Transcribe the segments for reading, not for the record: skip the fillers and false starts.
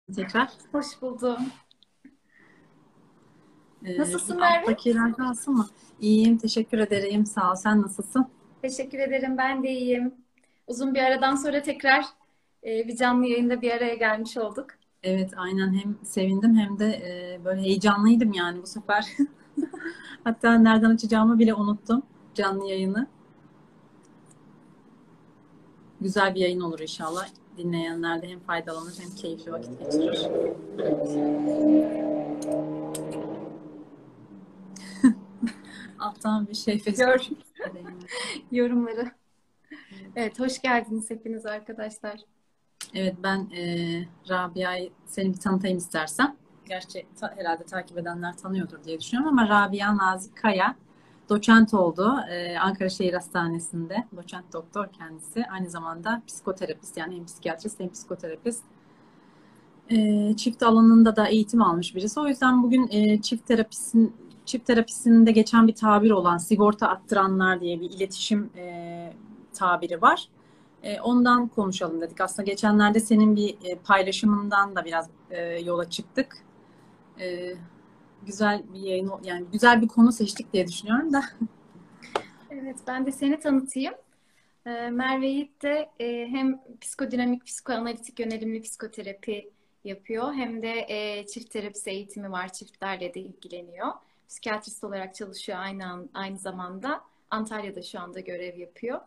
Tekrar. Hoş buldum. Nasılsın Merve? Alttakiler kalsın mı? İyiyim, teşekkür ederim. Sağ ol. Sen nasılsın? Teşekkür ederim. Ben de iyiyim. Uzun bir aradan sonra tekrar bir canlı yayında bir araya gelmiş olduk. Evet, aynen. Hem sevindim hem de böyle heyecanlıydım yani bu sefer. Hatta nereden açacağımı bile unuttum canlı yayını. Güzel bir yayın olur inşallah. Dinleyenler de hem faydalanır hem keyifli vakit geçirir. Alttan bir şey Facebook. Gör yorumları. Evet, hoş geldiniz hepiniz arkadaşlar. Evet, ben Rabia'yı seni bir tanıtayım istersen. Gerçi herhalde takip edenler tanıyordur diye düşünüyorum ama Rabia Nazik Kaya doçent oldu. Ankara Şehir Hastanesi'nde doçent doktor kendisi. Aynı zamanda psikoterapist, yani hem psikiyatrist hem psikoterapist. Çift alanında da eğitim almış birisi. O yüzden bugün çift terapisinde geçen bir tabir olan sigorta attıranlar diye bir iletişim tabiri var. Ondan konuşalım dedik. Aslında geçenlerde senin bir paylaşımından da biraz yola çıktık. Güzel bir yayın, yani güzel bir konu seçtik diye düşünüyorum da. Evet, ben de seni tanıtayım. Merve Yiğit de hem psikodinamik, psikoanalitik yönelimli psikoterapi yapıyor hem de çift terapisi eğitimi var. Çiftlerle de ilgileniyor. Psikiyatrist olarak çalışıyor aynı zamanda. Antalya'da şu anda görev yapıyor.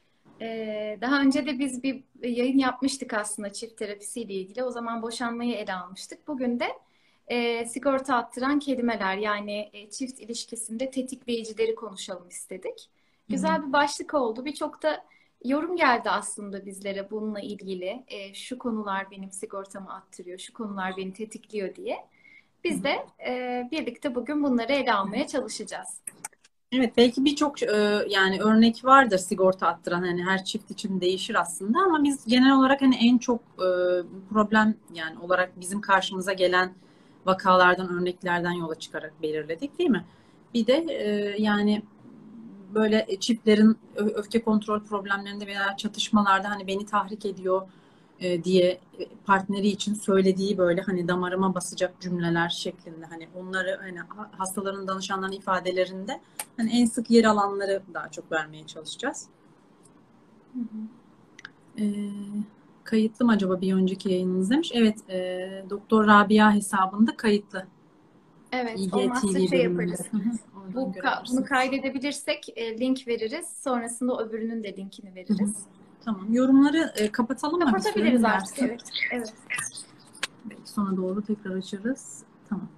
Daha önce de biz bir yayın yapmıştık aslında çift terapisiyle ilgili. O zaman boşanmayı ele almıştık. Bugün de sigorta attıran kelimeler yani çift ilişkisinde tetikleyicileri konuşalım istedik. Hı hı. Güzel bir başlık oldu. Birçok da yorum geldi aslında bizlere bununla ilgili. Şu konular benim sigortamı attırıyor, şu konular beni tetikliyor diye. Biz de birlikte bugün bunları ele almaya çalışacağız. Evet, belki birçok yani örnek vardır sigorta attıran, hani her çift için değişir aslında ama biz genel olarak hani en çok problem yani olarak bizim karşımıza gelen vakalardan, örneklerden yola çıkarak belirledik, değil mi? Bir de yani böyle çiftlerin öfke kontrol problemlerinde veya çatışmalarda hani beni tahrik ediyor diye partneri için söylediği böyle hani damarıma basacak cümleler şeklinde, hani onları hani hastaların, danışanların ifadelerinde hani en sık yer alanları daha çok vermeye çalışacağız. Hı hı. E, Kayıtlı mı acaba bir önceki yayınınız demiş. Evet, Doktor Rabia hesabında kayıtlı. Evet, olmazsa IGTV şey bölümünde. yaparız. Hı hı, oradan Bunu görebilirsiniz. kaydedebilirsek link veririz. Sonrasında öbürünün de linkini Hı hı. veririz. Tamam. Yorumları kapatalım mı bir süre? Kapatabiliriz Ne artık. dersin? Evet. Evet. Belki sona doğru tekrar açarız. Tamam.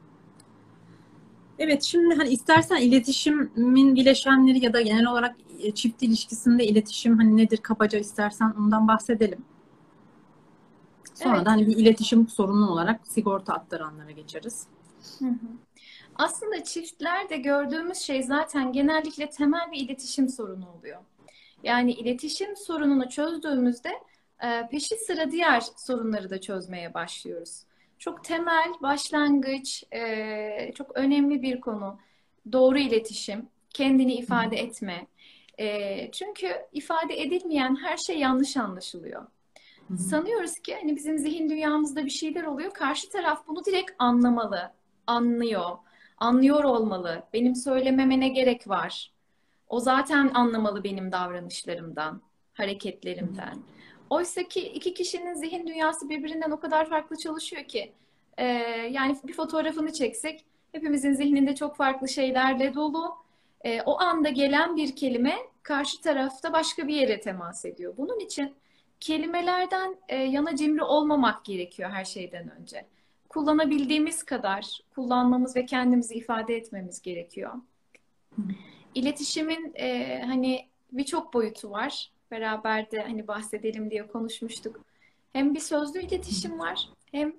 Evet, şimdi hani istersen iletişimin bileşenleri ya da genel olarak çift ilişkisinde iletişim hani nedir kabaca, istersen ondan bahsedelim. Sonra da Evet. hani bir iletişim sorunu olarak sigorta aktaranlara geçeriz. Hı hı. Aslında çiftlerde gördüğümüz şey zaten genellikle temel bir iletişim sorunu oluyor. Yani iletişim sorununu çözdüğümüzde peşi sıra diğer sorunları da çözmeye başlıyoruz. Çok temel, başlangıç, çok önemli bir konu. Doğru iletişim, kendini Hı hı. ifade etme. Çünkü ifade edilmeyen her şey yanlış anlaşılıyor. Hı hı. Sanıyoruz ki hani bizim zihin dünyamızda bir şeyler oluyor. Karşı taraf bunu direkt anlamalı, anlıyor, anlıyor olmalı. Benim söylememe ne gerek var? O zaten anlamalı benim davranışlarımdan, hareketlerimden. Oysa ki iki kişinin zihin dünyası birbirinden o kadar farklı çalışıyor ki. e, Yani bir fotoğrafını çeksek hepimizin zihninde çok farklı şeylerle dolu. O anda gelen bir kelime karşı tarafta başka bir yere temas ediyor. Bunun için kelimelerden yana cimri olmamak gerekiyor her şeyden önce. Kullanabildiğimiz kadar kullanmamız ve kendimizi ifade etmemiz gerekiyor. İletişimin hani birçok boyutu var. Beraber de hani bahsedelim diye konuşmuştuk. Hem bir sözlü iletişim var, hem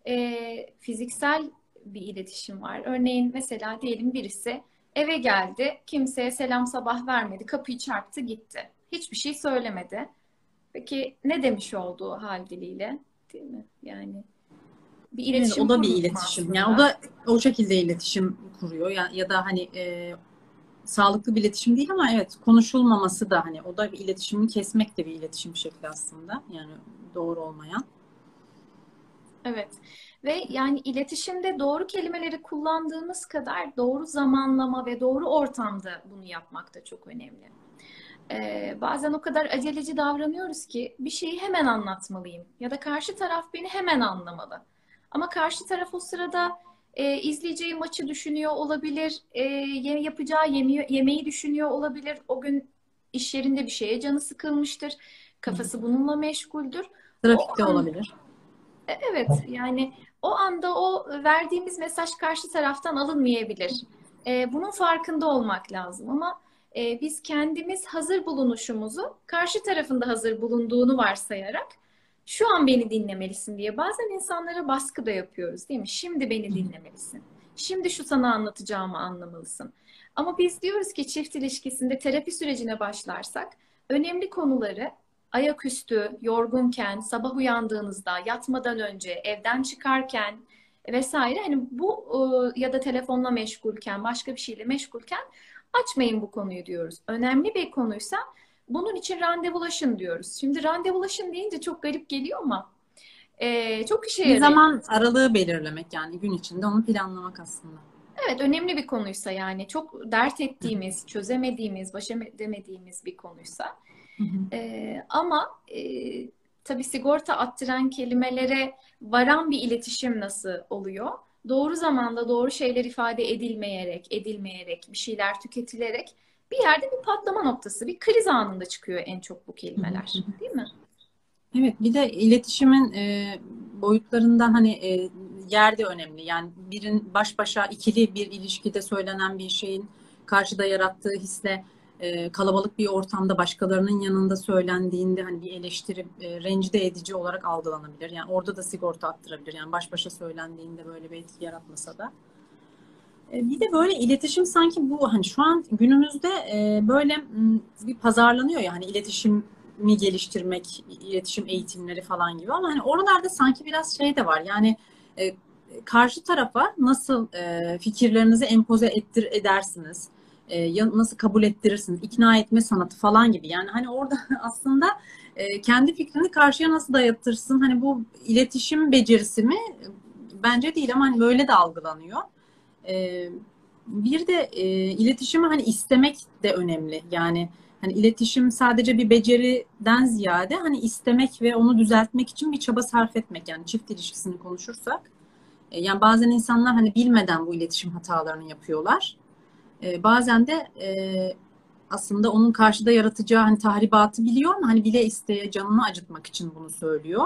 fiziksel bir iletişim var. Örneğin mesela diyelim birisi eve geldi, kimseye selam sabah vermedi, kapıyı çarptı gitti. Hiçbir şey söylemedi. Peki ne demiş olduğu hal diliyle, değil mi? Yani bir Evet, iletişim o da bir kurmuş mu iletişim. Yani o aslında? da o şekilde iletişim kuruyor ya da hani sağlıklı bir iletişim değil ama evet, konuşulmaması da hani o da bir iletişimi kesmek de bir iletişim şekli aslında. Yani doğru olmayan. Evet. Ve yani iletişimde doğru kelimeleri kullandığımız kadar doğru zamanlama ve doğru ortamda bunu yapmak da çok önemli. Bazen o kadar aceleci davranıyoruz ki bir şeyi hemen anlatmalıyım ya da karşı taraf beni hemen anlamalı. Ama karşı taraf o sırada izleyeceği maçı düşünüyor olabilir, yapacağı yemeği düşünüyor olabilir. O gün iş yerinde bir şeye canı sıkılmıştır, kafası bununla meşguldür. O Trafikte an olabilir. Evet, yani o anda o verdiğimiz mesaj karşı taraftan alınmayabilir. Bunun farkında olmak lazım ama biz kendimiz hazır bulunuşumuzu karşı tarafında hazır bulunduğunu varsayarak şu an beni dinlemelisin diye bazen insanlara baskı da yapıyoruz, değil mi? Şimdi beni dinlemelisin. Şimdi şu sana anlatacağımı anlamalısın. Ama biz diyoruz ki çift ilişkisinde terapi sürecine başlarsak önemli konuları ayaküstü, yorgunken, sabah uyandığınızda, yatmadan önce, evden çıkarken vesaire hani bu ya da telefonla meşgulken, başka bir şeyle meşgulken açmayın bu konuyu diyoruz. Önemli bir konuysa bunun için randevulaşın diyoruz. Şimdi randevulaşın deyince çok garip geliyor ama çok işe Bir yarıyor. zaman aralığı belirlemek, yani gün içinde onu planlamak aslında. Evet, önemli bir konuysa yani çok dert ettiğimiz, çözemediğimiz, baş edemediğimiz bir konuysa. Hı hı. Ama tabii sigorta attıran kelimelere varan bir iletişim nasıl oluyor? Doğru zamanda doğru şeyler ifade edilmeyerek, bir şeyler tüketilerek bir yerde bir patlama noktası, bir kriz anında çıkıyor en çok bu Hı hı. kelimeler, değil mi? Evet, bir de iletişimin boyutlarında hani yer de önemli. Yani birin baş başa ikili bir ilişkide söylenen bir şeyin karşıda yarattığı hisle kalabalık bir ortamda başkalarının yanında söylendiğinde hani bir eleştiri rencide edici olarak algılanabilir. Yani orada da sigorta attırabilir. Yani baş başa söylendiğinde böyle bir etki yaratmasa da. Bir de böyle iletişim sanki bu hani şu an günümüzde böyle bir pazarlanıyor ya hani iletişimi geliştirmek, iletişim eğitimleri falan gibi ama hani oralarda sanki biraz şey de var. Yani e, karşı tarafa nasıl fikirlerinizi empoze edersiniz? Nasıl kabul ettirirsiniz? İkna etme sanatı falan gibi. Yani hani orada aslında kendi fikrini karşıya nasıl dayatırsın? Hani bu iletişim becerisi mi? Bence değil ama hani böyle de algılanıyor. Ee, Bir de iletişimi hani istemek de önemli. Yani hani iletişim sadece bir beceriden ziyade hani istemek ve onu düzeltmek için bir çaba sarf etmek. Yani çift ilişkisini konuşursak. Yani bazen insanlar hani bilmeden bu iletişim hatalarını yapıyorlar. Bazen de aslında onun karşıda yaratacağı hani tahribatı biliyor ama hani bile isteye canını acıtmak için bunu söylüyor.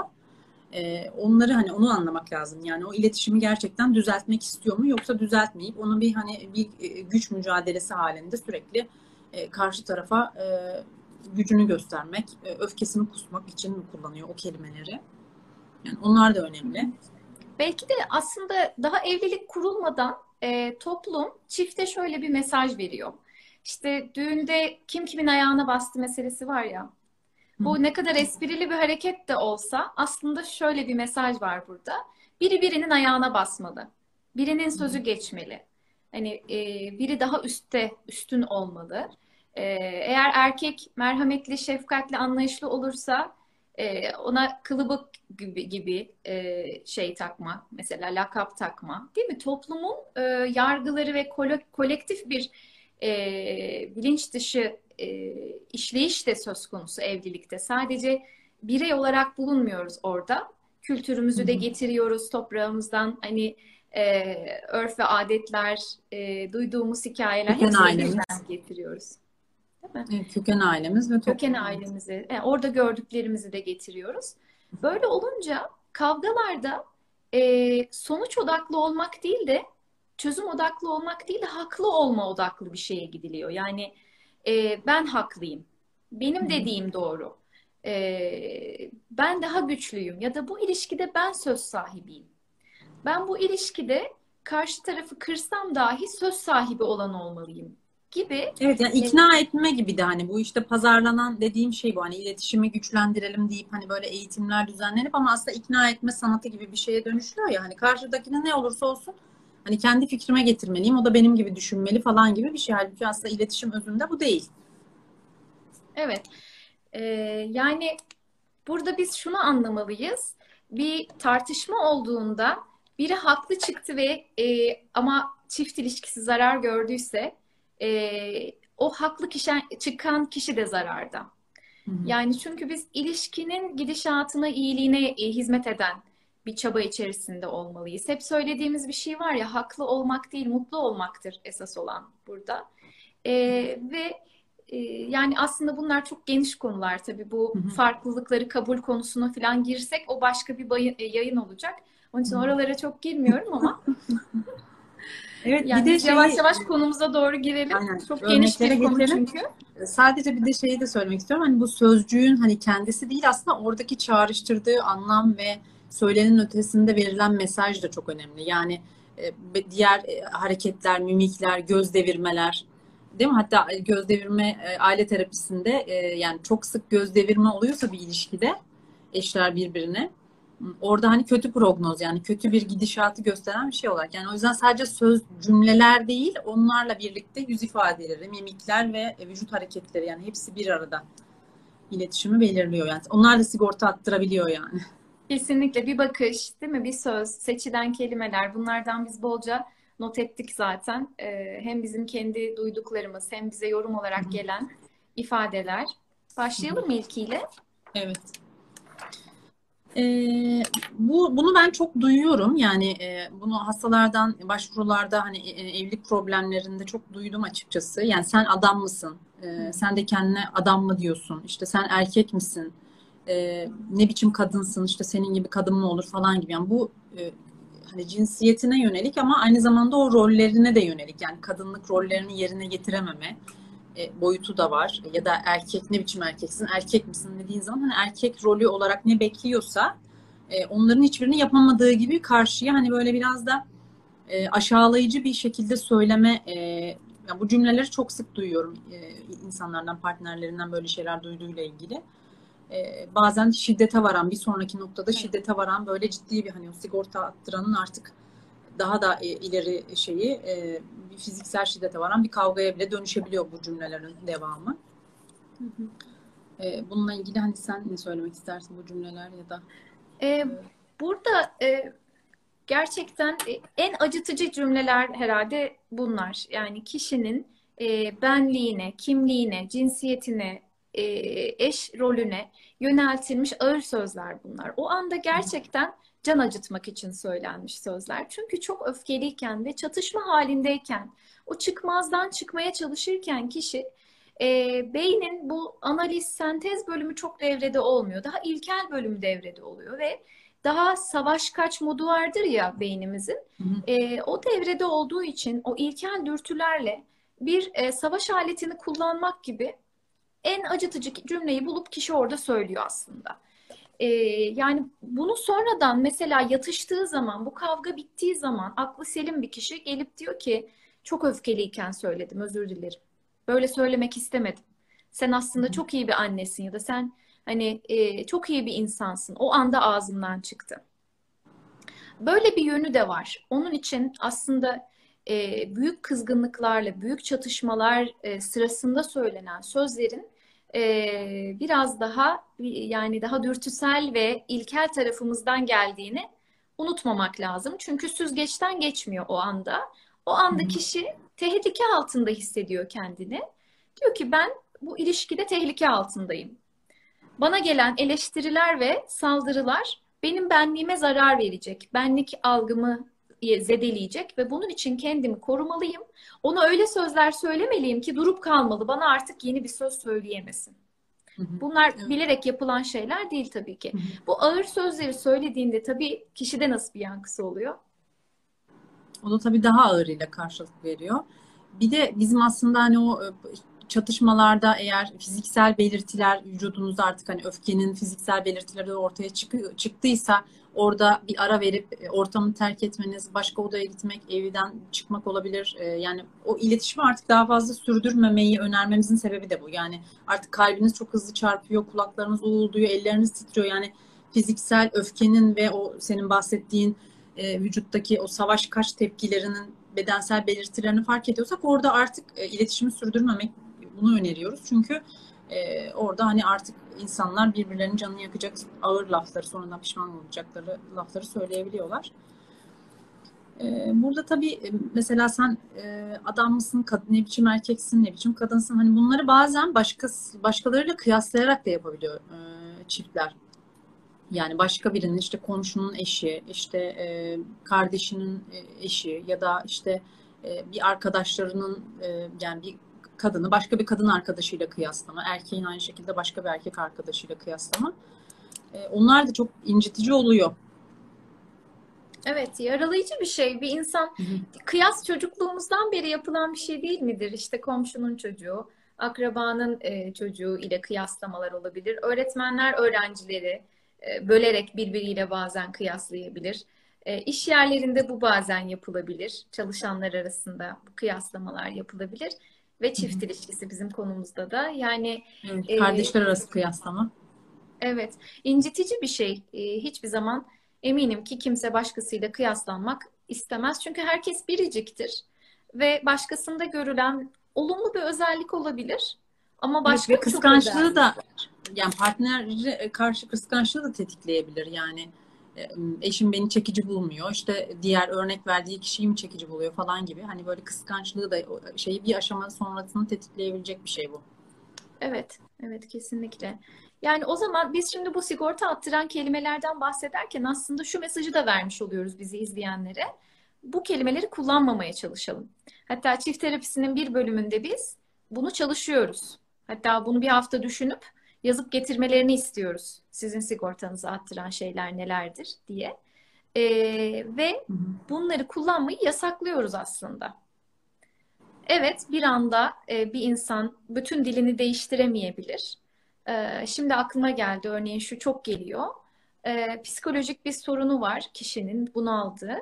Onları hani onu anlamak lazım. Yani o iletişimi gerçekten düzeltmek istiyor mu yoksa düzeltmeyip onu bir hani bir güç mücadelesi halinde sürekli karşı tarafa gücünü göstermek, öfkesini kusmak için mi kullanıyor o kelimeleri? Yani onlar da önemli. Belki de aslında daha evlilik kurulmadan toplum çifte şöyle bir mesaj veriyor. İşte düğünde kim kimin ayağına bastı meselesi var ya. Bu ne kadar esprili bir hareket de olsa aslında şöyle bir mesaj var burada. Biri birinin ayağına basmalı. Birinin sözü geçmeli. Hani biri daha üstün olmalı. Eğer erkek merhametli, şefkatli, anlayışlı olursa ona kılıbık gibi şey takma, mesela lakap takma, değil mi? Toplumun yargıları ve kolektif bir bilinç dışı işleyiş de söz konusu evlilikte. Sadece birey olarak bulunmuyoruz orada. Kültürümüzü de getiriyoruz toprağımızdan. Hani örf ve adetler, duyduğumuz hikayeler Köken hepsini ailemiz, birden getiriyoruz. Değil mi? evet, köken ailemiz ve Köken toplum. Evet. ailemizi, orada gördüklerimizi de getiriyoruz. Böyle olunca kavgalarda sonuç odaklı olmak değil de çözüm odaklı olmak değil de haklı olma odaklı bir şeye gidiliyor. Yani ben haklıyım, benim dediğim doğru, ben daha güçlüyüm ya da bu ilişkide ben söz sahibiyim. Ben bu ilişkide karşı tarafı kırsam dahi söz sahibi olan olmalıyım gibi. Evet, yani e, ikna etme gibi de hani bu işte pazarlanan dediğim şey bu hani iletişimi güçlendirelim deyip hani böyle eğitimler düzenlenip ama aslında ikna etme sanatı gibi bir şeye dönüşüyor ya hani karşıdakine ne olursa olsun hani kendi fikrime getirmeliyim o da benim gibi düşünmeli falan gibi bir şey. Halbuki aslında iletişim özünde bu değil. Evet. Ee, Yani burada biz şunu anlamalıyız. bir tartışma olduğunda biri haklı çıktı ve ama çift ilişkisi zarar gördüyse o haklı kişi, çıkan kişi de zararda. Hı hı. Yani çünkü biz ilişkinin gidişatına, iyiliğine hizmet eden bir çaba içerisinde olmalıyız. Hep söylediğimiz bir şey var ya, haklı olmak değil, mutlu olmaktır esas olan burada. Ve yani aslında bunlar çok geniş konular tabii. Hı Bu hı. farklılıkları kabul konusuna falan girsek o başka bir yayın olacak. Onun Hı için hı. oralara çok girmiyorum ama Evet, bir yani de biz yavaş şeyi yavaş konumuza doğru girelim. aynen Çok geniş örneklere bir konu geçelim. çünkü. Sadece bir de şeyi de söylemek istiyorum. Hani bu sözcüğün hani kendisi değil, aslında oradaki çağrıştırdığı anlam ve söylenenin ötesinde verilen mesaj da çok önemli. Yani diğer hareketler, mimikler, göz devirmeler, değil mi? Hatta göz devirme aile terapisinde yani çok sık göz devirme oluyorsa bir ilişkide eşler birbirine, orada hani kötü prognoz, yani kötü bir gidişatı gösteren bir şey olarak. Yani o yüzden sadece söz, cümleler değil, onlarla birlikte yüz ifadeleri, mimikler ve vücut hareketleri, yani hepsi bir arada iletişimi belirliyor. Yani onlar da sigorta attırabiliyor yani. Kesinlikle bir bakış, değil mi? Bir söz, seçilen kelimeler. Bunlardan biz bolca not ettik zaten. Hem bizim kendi duyduklarımız hem bize yorum olarak gelen ifadeler. Başlayalım mı ilkiyle? Evet. Bunu ben çok duyuyorum. Yani bunu hastalardan, başvurularda, hani evlilik problemlerinde çok duydum açıkçası. Yani sen adam mısın? Sen de kendine adam mı diyorsun? İşte sen erkek misin? Ne biçim kadınsın? İşte senin gibi kadın mı olur falan gibi. Yani bu hani cinsiyetine yönelik ama aynı zamanda o rollerine de yönelik. Yani kadınlık rollerini yerine getirememe boyutu da var. Ya da erkek, ne biçim erkeksin, erkek misin dediğin zaman hani erkek rolü olarak ne bekliyorsa onların hiçbirini yapamadığı gibi karşıya hani böyle biraz da aşağılayıcı bir şekilde söyleme, yani bu cümleleri çok sık duyuyorum insanlardan, partnerlerinden böyle şeyler duyduğuyla ilgili. Bazen şiddete varan, bir sonraki noktada Evet. şiddete varan böyle ciddi bir, hani o sigorta attıranın artık daha da ileri şeyi, bir fiziksel şiddete varan bir kavgaya bile dönüşebiliyor bu cümlelerin devamı. Hı hı. Bununla ilgili hani sen ne söylemek istersin, bu cümleler ya da Ee, Burada gerçekten en acıtıcı cümleler herhalde bunlar. Yani kişinin benliğine, kimliğine, cinsiyetine, eş rolüne yöneltilmiş ağır sözler bunlar. O anda gerçekten can acıtmak için söylenmiş sözler. Çünkü çok öfkeliyken ve çatışma halindeyken, o çıkmazdan çıkmaya çalışırken kişi beynin bu analiz, sentez bölümü çok devrede olmuyor. Daha ilkel bölüm devrede oluyor ve daha savaş kaç modu vardır ya beynimizin. hı hı, O devrede olduğu için o ilkel dürtülerle bir savaş aletini kullanmak gibi en acıtıcı cümleyi bulup kişi orada söylüyor aslında. Yani bunu sonradan mesela yatıştığı zaman, bu kavga bittiği zaman aklı selim bir kişi gelip diyor ki çok öfkeliyken söyledim, özür dilerim. Böyle söylemek istemedim. Sen aslında çok iyi bir annesin ya da sen hani çok iyi bir insansın. O anda ağzımdan çıktı. Böyle bir yönü de var. Onun için aslında büyük kızgınlıklarla, büyük çatışmalar sırasında söylenen sözlerin biraz daha yani daha dürtüsel ve ilkel tarafımızdan geldiğini unutmamak lazım. Çünkü süzgeçten geçmiyor o anda. O hı anda hı, kişi tehlike altında hissediyor kendini. Diyor ki ben bu ilişkide tehlike altındayım. Bana gelen eleştiriler ve saldırılar benim benliğime zarar verecek, benlik algımı zedeleyecek ve bunun için kendimi korumalıyım. Ona öyle sözler söylemeliyim ki durup kalmalı, bana artık yeni bir söz söyleyemesin. hı hı. Bunlar Evet. bilerek yapılan şeyler değil tabii ki. Hı hı. Bu ağır sözleri söylediğinde tabii kişide nasıl bir yankısı oluyor? O da tabii daha ağırıyla karşılık veriyor. Bir de bizim aslında hani o çatışmalarda eğer fiziksel belirtiler vücudunuzda, artık hani öfkenin fiziksel belirtileri de ortaya çıktıysa orada bir ara verip ortamı terk etmeniz, başka odaya gitmek, evden çıkmak olabilir. Yani o iletişimi artık daha fazla sürdürmemeyi önermemizin sebebi de bu. Yani artık kalbiniz çok hızlı çarpıyor, kulaklarınız uğulduyor, elleriniz titriyor. Yani fiziksel öfkenin ve o senin bahsettiğin vücuttaki o savaş kaç tepkilerinin bedensel belirtilerini fark ediyorsak orada artık iletişimi sürdürmemek, bunu öneriyoruz. Çünkü Orada hani artık insanlar birbirlerinin canını yakacak ağır lafları, sonradan pişman olacakları lafları söyleyebiliyorlar. Burada tabii mesela sen adam mısın, kadın, ne biçim erkeksin, ne biçim kadınsın, hani bunları bazen başkalarıyla kıyaslayarak da yapabiliyor çiftler. Yani başka birinin, işte komşunun eşi, işte kardeşinin eşi ya da işte bir arkadaşlarının, yani bir kadını başka bir kadın arkadaşıyla kıyaslama, erkeğin aynı şekilde başka bir erkek arkadaşıyla kıyaslama. Onlar da çok incitici oluyor. Evet, yaralayıcı bir şey. Bir insan Hı hı. kıyas çocukluğumuzdan beri yapılan bir şey değil midir? İşte komşunun çocuğu, akrabanın çocuğu ile kıyaslamalar olabilir. Öğretmenler öğrencileri bölerek birbiriyle bazen kıyaslayabilir. İş yerlerinde bu bazen yapılabilir. Çalışanlar arasında bu kıyaslamalar yapılabilir. Ve Hı hı. çift ilişkisi bizim konumuzda da. Yani Evet, e, kardeşler arası kıyaslama. evet, incitici bir şey. Hiçbir zaman eminim ki kimse başkasıyla kıyaslanmak istemez. Çünkü herkes biriciktir ve başkasında görülen olumlu bir özellik olabilir. Ama Evet, başka ve birçok kıskançlığı özelliği da, var. yani partnere karşı kıskançlığı da tetikleyebilir. Yani eşim beni çekici bulmuyor, işte diğer örnek verdiği kişiyi mi çekici buluyor falan gibi. Hani böyle kıskançlığı da şeyi bir aşama sonrasını tetikleyebilecek bir şey bu. Evet, evet kesinlikle. Yani o zaman biz şimdi bu sigorta attıran kelimelerden bahsederken aslında şu mesajı da vermiş oluyoruz bizi izleyenlere. Bu kelimeleri kullanmamaya çalışalım. Hatta çift terapisinin bir bölümünde biz bunu çalışıyoruz. Hatta bunu bir hafta düşünüp yazıp getirmelerini istiyoruz. Sizin sigortanızı attıran şeyler nelerdir diye. Ve Hı hı. bunları kullanmayı yasaklıyoruz aslında. Evet, bir anda bir insan bütün dilini değiştiremeyebilir. Şimdi aklıma geldi, örneğin şu çok geliyor. Psikolojik bir sorunu var kişinin bunaldığı.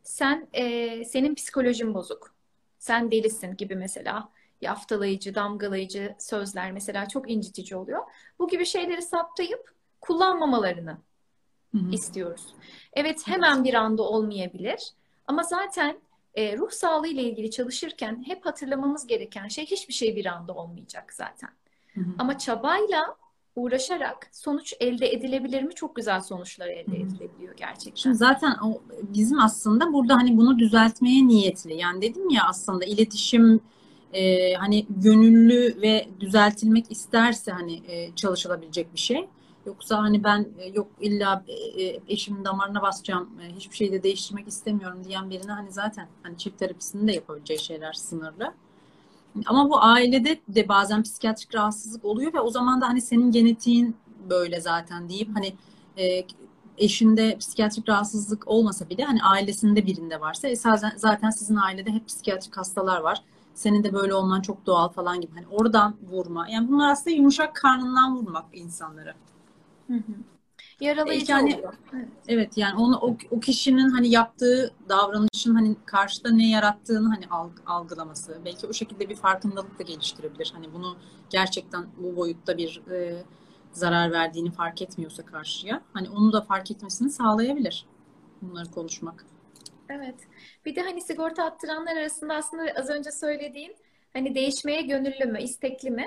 Senin psikolojin bozuk. Sen delisin gibi mesela yaftalayıcı, damgalayıcı sözler mesela çok incitici oluyor. Bu gibi şeyleri saptayıp kullanmamalarını Hı hı. istiyoruz. Evet, Evet. hemen bir anda olmayabilir ama zaten ruh sağlığı ile ilgili çalışırken hep hatırlamamız gereken şey hiçbir şey bir anda olmayacak zaten. Hı hı. Ama çabayla uğraşarak sonuç elde edilebilir mi? Çok güzel sonuçlar Hı elde hı. edilebiliyor Şimdi gerçekten. zaten o bizim aslında burada hani bunu düzeltmeye niyetli. Yani dedim ya, aslında iletişim hani gönüllü ve düzeltilmek isterse hani çalışılabilecek bir şey. Yoksa hani ben yok illa eşimin damarına basacağım, hiçbir şeyi de değiştirmek istemiyorum diyen birine hani zaten hani çift terapisinin de yapabileceği şeyler sınırlı. Ama bu ailede de bazen psikiyatrik rahatsızlık oluyor ve o zaman da hani senin genetiğin böyle zaten deyip hani e, eşinde psikiyatrik rahatsızlık olmasa bile hani ailesinde birinde varsa zaten sizin ailede hep psikiyatrik hastalar var. Senin de böyle olman çok doğal falan gibi. Hani oradan vurma. Yani bunlar aslında yumuşak karnından vurmak insanları. Hı hı. Belki Yaralayıcı hani oluyor. Evet. evet, yani o kişinin hani yaptığı davranışın hani karşıda ne yarattığını hani algılaması, belki o şekilde bir farkındalık da geliştirebilir. Hani bunu gerçekten bu boyutta bir zarar verdiğini fark etmiyorsa karşıya, hani onu da fark etmesini sağlayabilir bunları konuşmak. Evet. Bir de hani sigorta attıranlar arasında aslında az önce söylediğin hani değişmeye gönüllü mü, istekli mi?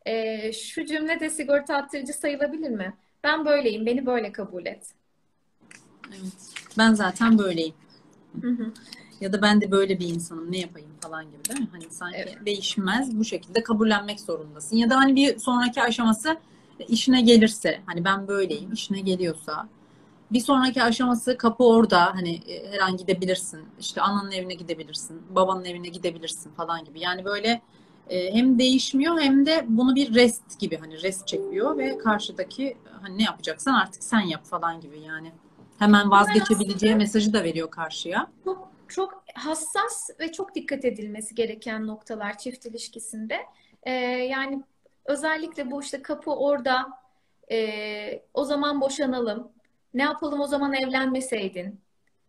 Şu cümle de sigorta attırıcı sayılabilir mi? Ben böyleyim, beni böyle kabul et. Evet. Ben zaten böyleyim. Hı hı. Ya da ben de böyle bir insanım, ne yapayım falan gibi, değil mi? Hani sanki Evet. değişmez, bu şekilde kabullenmek zorundasın. Ya da hani bir sonraki aşaması işine gelirse, hani ben böyleyim, işine geliyorsa bir sonraki aşaması kapı orada, hani her an gidebilirsin. İşte ananın evine gidebilirsin, babanın evine gidebilirsin falan gibi. Yani böyle hem değişmiyor hem de bunu bir rest gibi, hani rest çekiyor ve karşıdaki hani ne yapacaksan artık sen yap falan gibi yani. Hemen Bunlar vazgeçebileceği aslında mesajı da veriyor karşıya. çok çok hassas ve çok dikkat edilmesi gereken noktalar çift ilişkisinde. Yani özellikle bu işte kapı orada, o zaman boşanalım, ne yapalım o zaman evlenmeseydin,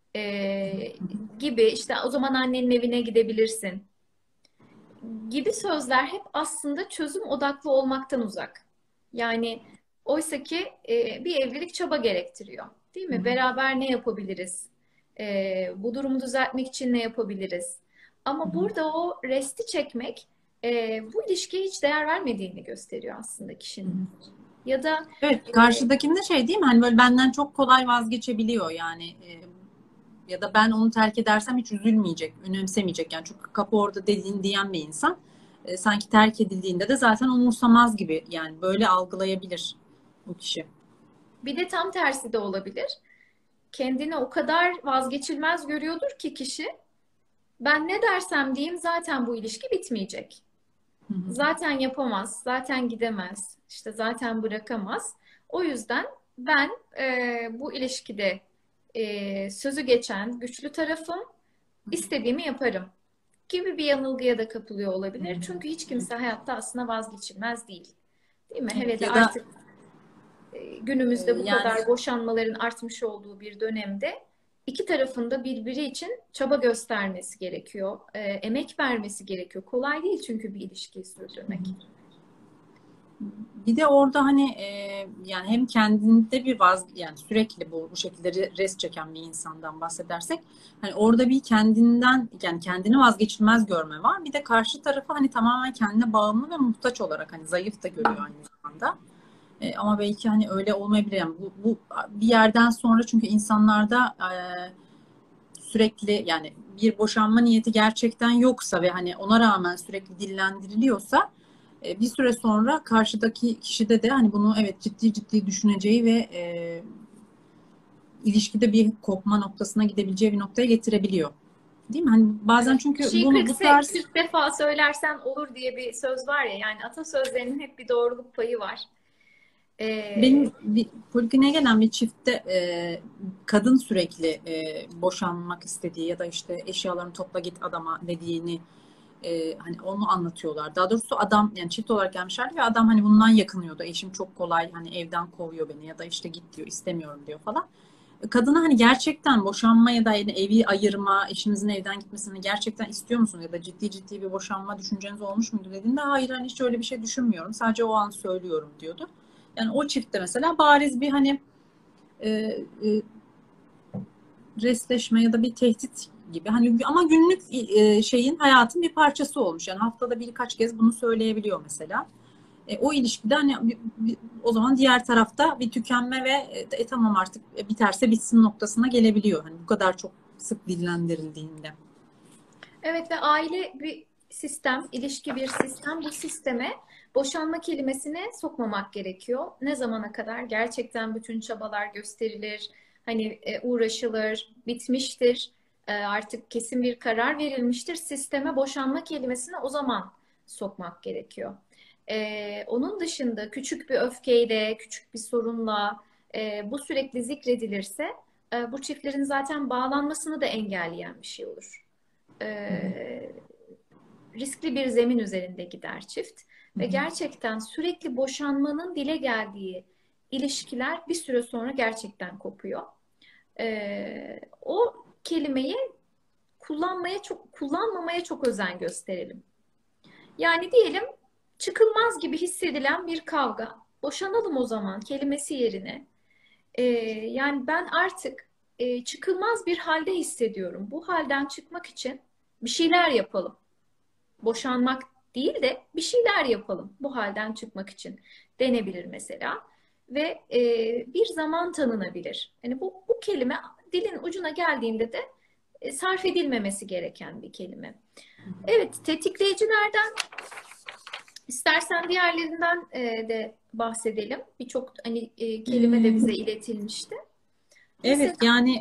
gibi işte o zaman annenin evine gidebilirsin gibi sözler hep aslında çözüm odaklı olmaktan uzak. Yani oysa ki bir evlilik çaba gerektiriyor, değil mi? Beraber ne yapabiliriz? Bu durumu düzeltmek için ne yapabiliriz? Ama burada o resti çekmek Bu ilişkiye hiç değer vermediğini gösteriyor aslında Hı hı. kişinin. Ya da Evet, e, karşıdakinde şey değil mi? Hani böyle benden çok kolay vazgeçebiliyor yani. Ya da ben onu terk edersem hiç üzülmeyecek, önemsemeyecek. Yani çünkü kapı orada dediğin diyen bir insan sanki terk edildiğinde de zaten umursamaz gibi. Yani böyle algılayabilir bu kişi. bir de tam tersi de olabilir. Kendini o kadar vazgeçilmez görüyordur ki kişi, ben ne dersem diyeyim zaten bu ilişki bitmeyecek. Hı hı. Zaten yapamaz, zaten gidemez, işte zaten bırakamaz. O yüzden ben bu ilişkide sözü geçen güçlü tarafım, istediğimi yaparım gibi bir yanılgıya da kapılıyor olabilir. Çünkü hiç kimse hayatta aslında vazgeçilmez değil. Değil mi? Hele Evet, de ya da artık günümüzde bu yani kadar boşanmaların artmış olduğu bir dönemde iki tarafın da birbiri için çaba göstermesi gerekiyor. Emek vermesi gerekiyor. Kolay değil çünkü bir ilişkiyi sürdürmek. bir de orada hani yani hem kendinde bir yani sürekli bu şekilde res çeken bir insandan bahsedersek hani orada bir kendinden yani kendini vazgeçilmez görme var. Bir de karşı tarafı hani tamamen kendine bağımlı ve muhtaç olarak hani zayıf da görüyor aynı zamanda. Ama belki hani öyle olmayabilir. Yani bu bir yerden sonra çünkü insanlarda sürekli yani bir boşanma niyeti gerçekten yoksa ve hani ona rağmen sürekli dillendiriliyorsa bir süre sonra karşıdaki kişide de hani bunu evet ciddi ciddi düşüneceği ve ilişkide bir kopma noktasına gidebileceği bir noktaya getirebiliyor. Değil mi? Hani bazen Evet. Bir çünkü şeyi bu tarz 40 defa söylersen olur diye bir söz var ya, yani atasözlerinin hep bir doğruluk payı var. Ee, benim bir polikliniğe gelen bir çiftte kadın sürekli boşanmak istediği ya da işte eşyalarını topla git adama dediğini hani onu anlatıyorlar. Daha doğrusu adam yani çift olarak gelmişlerdi ve adam hani bundan yakınıyordu. Eşim çok kolay hani evden kovuyor beni ya da işte git diyor istemiyorum diyor falan. Kadına hani gerçekten boşanma ya da yani evi ayırma, eşinizin evden gitmesini gerçekten istiyor musun ya da ciddi ciddi bir boşanma düşünceniz olmuş muydu dediğinde hayır hani hiç öyle bir şey düşünmüyorum. Sadece o an söylüyorum diyordu. Yani o çiftte mesela bariz bir hani e, e, restleşme ya da bir tehdit gibi. Hani ama günlük şeyin hayatın bir parçası olmuş. Yani haftada birkaç kez bunu söyleyebiliyor mesela. O ilişkide hani o zaman diğer tarafta bir tükenme ve tamam artık biterse bitsin noktasına gelebiliyor. Hani bu kadar çok sık dillendirildiğinde. evet, ve aile bir sistem, ilişki bir sistem. Bu sisteme boşanma kelimesini sokmamak gerekiyor. Ne zamana kadar? Gerçekten bütün çabalar gösterilir, hani uğraşılır, bitmiştir, artık kesin bir karar verilmiştir. Sisteme boşanma kelimesini o zaman sokmak gerekiyor. Onun dışında küçük bir öfkeyle, küçük bir sorunla bu sürekli zikredilirse bu çiftlerin zaten bağlanmasını da engelleyen bir şey olur. Riskli bir zemin üzerinde gider çift ve gerçekten sürekli boşanmanın dile geldiği ilişkiler bir süre sonra gerçekten kopuyor. O kelimeyi kullanmamaya çok özen gösterelim. Yani diyelim çıkılmaz gibi hissedilen bir kavga. Boşanalım o zaman kelimesi yerine. Yani ben artık çıkılmaz bir halde hissediyorum. Bu halden çıkmak için bir şeyler yapalım. Boşanmak değil de bir şeyler yapalım bu halden çıkmak için denebilir mesela. Ve bir zaman tanınabilir. Yani bu kelime dilin ucuna geldiğinde de sarf edilmemesi gereken bir kelime. Evet, tetikleyicilerden istersen diğerlerinden de bahsedelim. Birçok hani kelime de bize iletilmişti. Mesela Evet yani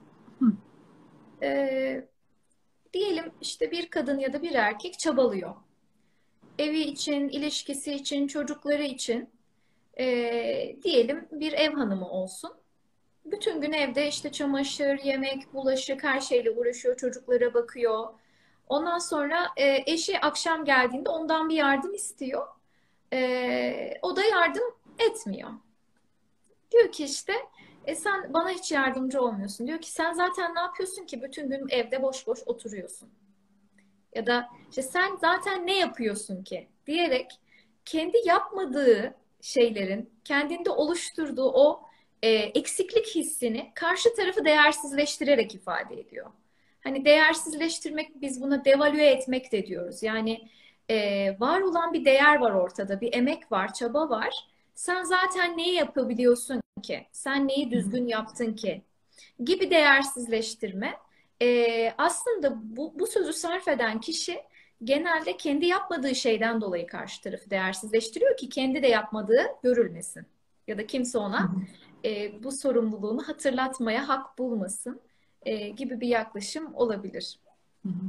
e, diyelim işte bir kadın ya da bir erkek çabalıyor. Evi için, ilişkisi için, çocukları için diyelim bir ev hanımı olsun. Bütün gün evde işte çamaşır, yemek, bulaşık her şeyle uğraşıyor, çocuklara bakıyor. Ondan sonra eşi akşam geldiğinde ondan bir yardım istiyor. O da yardım etmiyor. Diyor ki işte sen bana hiç yardımcı olmuyorsun. Diyor ki sen zaten ne yapıyorsun ki bütün gün evde boş boş oturuyorsun. Ya da işte sen zaten ne yapıyorsun ki diyerek kendi yapmadığı şeylerin kendinde oluşturduğu o eksiklik hissini karşı tarafı değersizleştirerek ifade ediyor. Hani değersizleştirmek, biz buna devalüe etmek de diyoruz. Yani Var olan bir değer var ortada, bir emek var, çaba var. Sen zaten neyi yapabiliyorsun ki? Sen neyi Hı hı. düzgün yaptın ki? Gibi değersizleştirme. Aslında bu sözü sarf eden kişi genelde kendi yapmadığı şeyden dolayı karşı tarafı değersizleştiriyor ki kendi de yapmadığı görülmesin. Ya da kimse Hı ona hı. bu sorumluluğunu hatırlatmaya hak bulmasın gibi bir yaklaşım olabilir. Hı hı.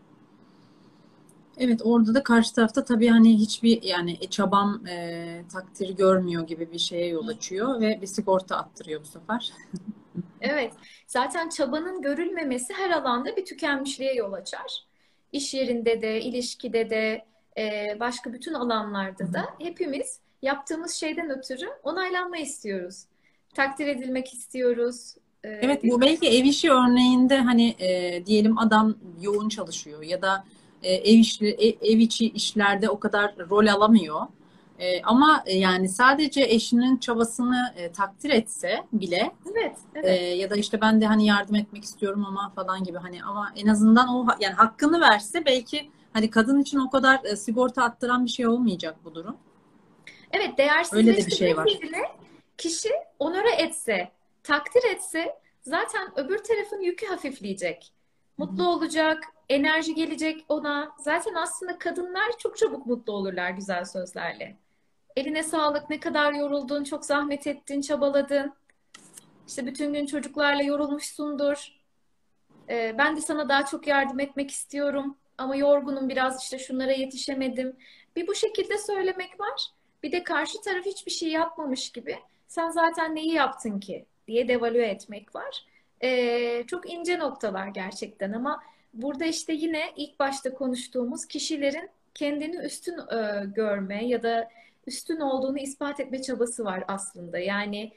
Evet, orada da karşı tarafta tabii hani hiçbir yani çabam takdir görmüyor gibi bir şeye yol açıyor ve bir sigorta attırıyor bu sefer. Evet, zaten çabanın görülmemesi her alanda bir tükenmişliğe yol açar. İş yerinde de, ilişkide de, başka bütün Hı alanlarda hı. da hepimiz yaptığımız şeyden ötürü onaylanma istiyoruz. Takdir edilmek istiyoruz, Evet, değil bu mi? belki ev işi örneğinde hani diyelim adam yoğun çalışıyor ya da ev içi işlerde o kadar rol alamıyor. Ama yani sadece eşinin çabasını takdir etse bile Evet, evet. ya da işte ben de hani yardım etmek istiyorum ama falan gibi hani ama en azından o yani hakkını verse belki hani kadın için o kadar sigorta attıran bir şey olmayacak bu durum. Evet, Öyle de bir şey değersizleştirmek var. yerine kişi onore etse, takdir etse zaten öbür tarafın yükü hafifleyecek. Hı hı. Mutlu olacak, enerji gelecek ona. Zaten aslında kadınlar çok çabuk mutlu olurlar güzel sözlerle. Eline sağlık, ne kadar yoruldun, çok zahmet ettin, çabaladın. İşte bütün gün çocuklarla yorulmuşsundur. Ben de sana daha çok yardım etmek istiyorum ama yorgunum biraz işte şunlara yetişemedim. Bir bu şekilde söylemek var. Bir de karşı taraf hiçbir şey yapmamış gibi sen zaten neyi yaptın ki diye devalüe etmek var. Çok ince noktalar gerçekten ama burada işte yine ilk başta konuştuğumuz kişilerin kendini üstün görme ya da üstün olduğunu ispat etme çabası var aslında. Yani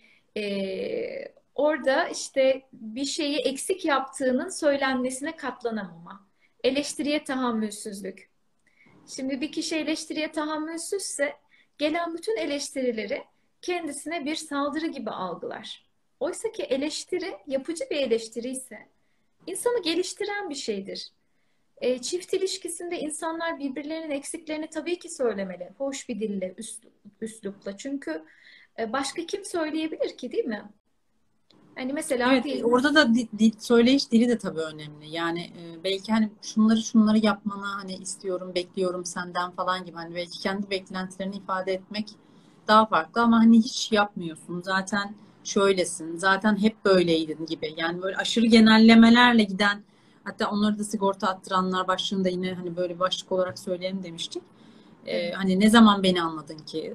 orada işte bir şeyi eksik yaptığının söylenmesine katlanamama. Eleştiriye tahammülsüzlük. Şimdi bir kişi eleştiriye tahammülsüzse gelen bütün eleştirileri kendisine bir saldırı gibi algılar. Oysa ki eleştiri yapıcı bir eleştiri ise insanı geliştiren bir şeydir. Çift ilişkisinde insanlar birbirlerinin eksiklerini tabii ki söylemeli. Hoş bir dille, üslupla. Çünkü başka kim söyleyebilir ki, değil mi? Hani mesela Evet, diyelim. orada da söyleyiş dili de tabii önemli. Yani belki hani şunları yapmanı hani istiyorum, bekliyorum senden falan gibi hani belki kendi beklentilerini ifade etmek daha farklı ama hani hiç yapmıyorsun. Zaten şöylesin, zaten hep böyleydin gibi. Yani böyle aşırı genellemelerle giden hatta onları da sigorta attıranlar başlığında yine hani böyle bir başlık olarak söyleyelim demiştik. Evet. Hani ne zaman beni anladın ki?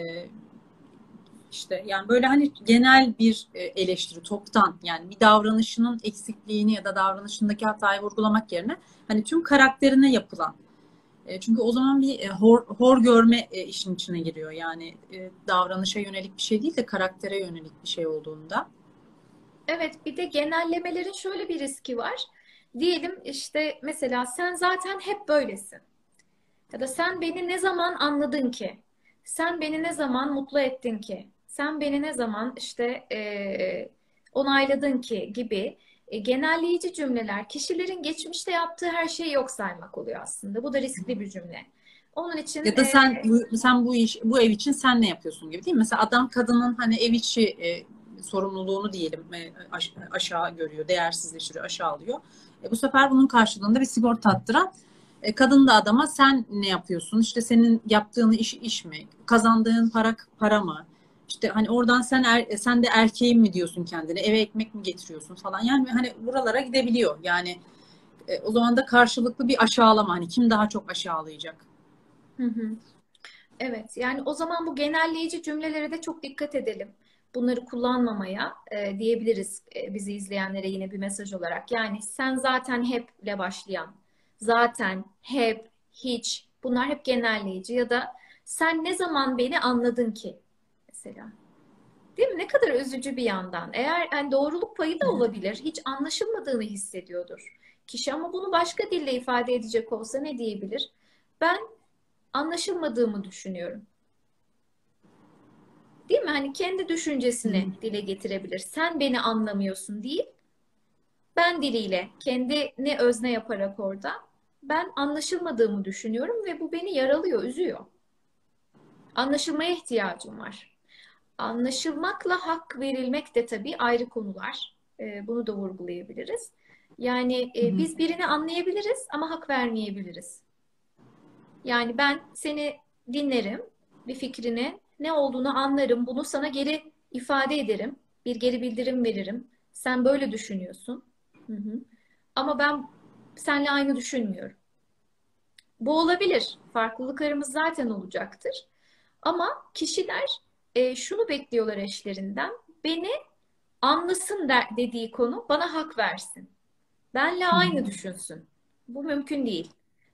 İşte yani böyle hani genel bir eleştiri toptan yani bir davranışının eksikliğini ya da davranışındaki hatayı vurgulamak yerine hani tüm karakterine yapılan çünkü o zaman bir hor görme işin içine giriyor. Yani davranışa yönelik bir şey değil de karaktere yönelik bir şey olduğunda. Evet, bir de genellemelerin şöyle bir riski var. Diyelim işte mesela sen zaten hep böylesin. Ya da sen beni ne zaman anladın ki? Sen beni ne zaman mutlu ettin ki? Sen beni ne zaman işte onayladın ki gibi genelleyici cümleler kişilerin geçmişte yaptığı her şeyi yok saymak oluyor aslında. Bu da riskli bir cümle. Onun için Ya da sen bu ev için sen ne yapıyorsun gibi değil mi? Mesela adam kadının hani ev içi sorumluluğunu diyelim aşağı görüyor, değersizleştiriyor, aşağılıyor. Bu sefer bunun karşılığında bir sigorta attıran kadın da adama sen ne yapıyorsun? İşte senin yaptığın iş mi? Kazandığın para mı? İşte hani oradan sen de erkeğim mi diyorsun kendine? Eve ekmek mi getiriyorsun falan. Yani hani buralara gidebiliyor. Yani o zaman da karşılıklı bir aşağılama. Hani kim daha çok aşağılayacak? hı hı. Evet, yani o zaman bu genelleyici cümlelere de çok dikkat edelim. Bunları kullanmamaya diyebiliriz bizi izleyenlere yine bir mesaj olarak. Yani sen zaten heple başlayan, zaten, hep, hiç bunlar hep genelleyici ya da sen ne zaman beni anladın ki mesela. Değil mi? Ne kadar üzücü bir yandan. Eğer yani doğruluk payı da olabilir. Hiç anlaşılmadığını hissediyordur kişi ama bunu başka dille ifade edecek olsa ne diyebilir? Ben anlaşılmadığımı düşünüyorum. Değil mi? Hani kendi düşüncesini dile getirebilir. Sen beni anlamıyorsun değil, ben diliyle kendini özne yaparak orada. ben anlaşılmadığımı düşünüyorum ve bu beni yaralıyor, üzüyor. Anlaşılmaya ihtiyacım var. Anlaşılmakla hak verilmek de tabii ayrı konular. Bunu da vurgulayabiliriz. Yani Hı hı. biz birini anlayabiliriz ama hak vermeyebiliriz. Yani ben seni dinlerim, bir fikrini ne olduğunu anlarım, bunu sana geri ifade ederim, bir geri bildirim veririm. Sen böyle düşünüyorsun. Hı hı. Ama ben seninle aynı düşünmüyorum. Bu olabilir. Farklılıklarımız zaten olacaktır. Ama kişiler şunu bekliyorlar eşlerinden. Beni anlasın dediği konu bana hak versin. Benle Hı aynı hı. düşünsün. Bu mümkün değil.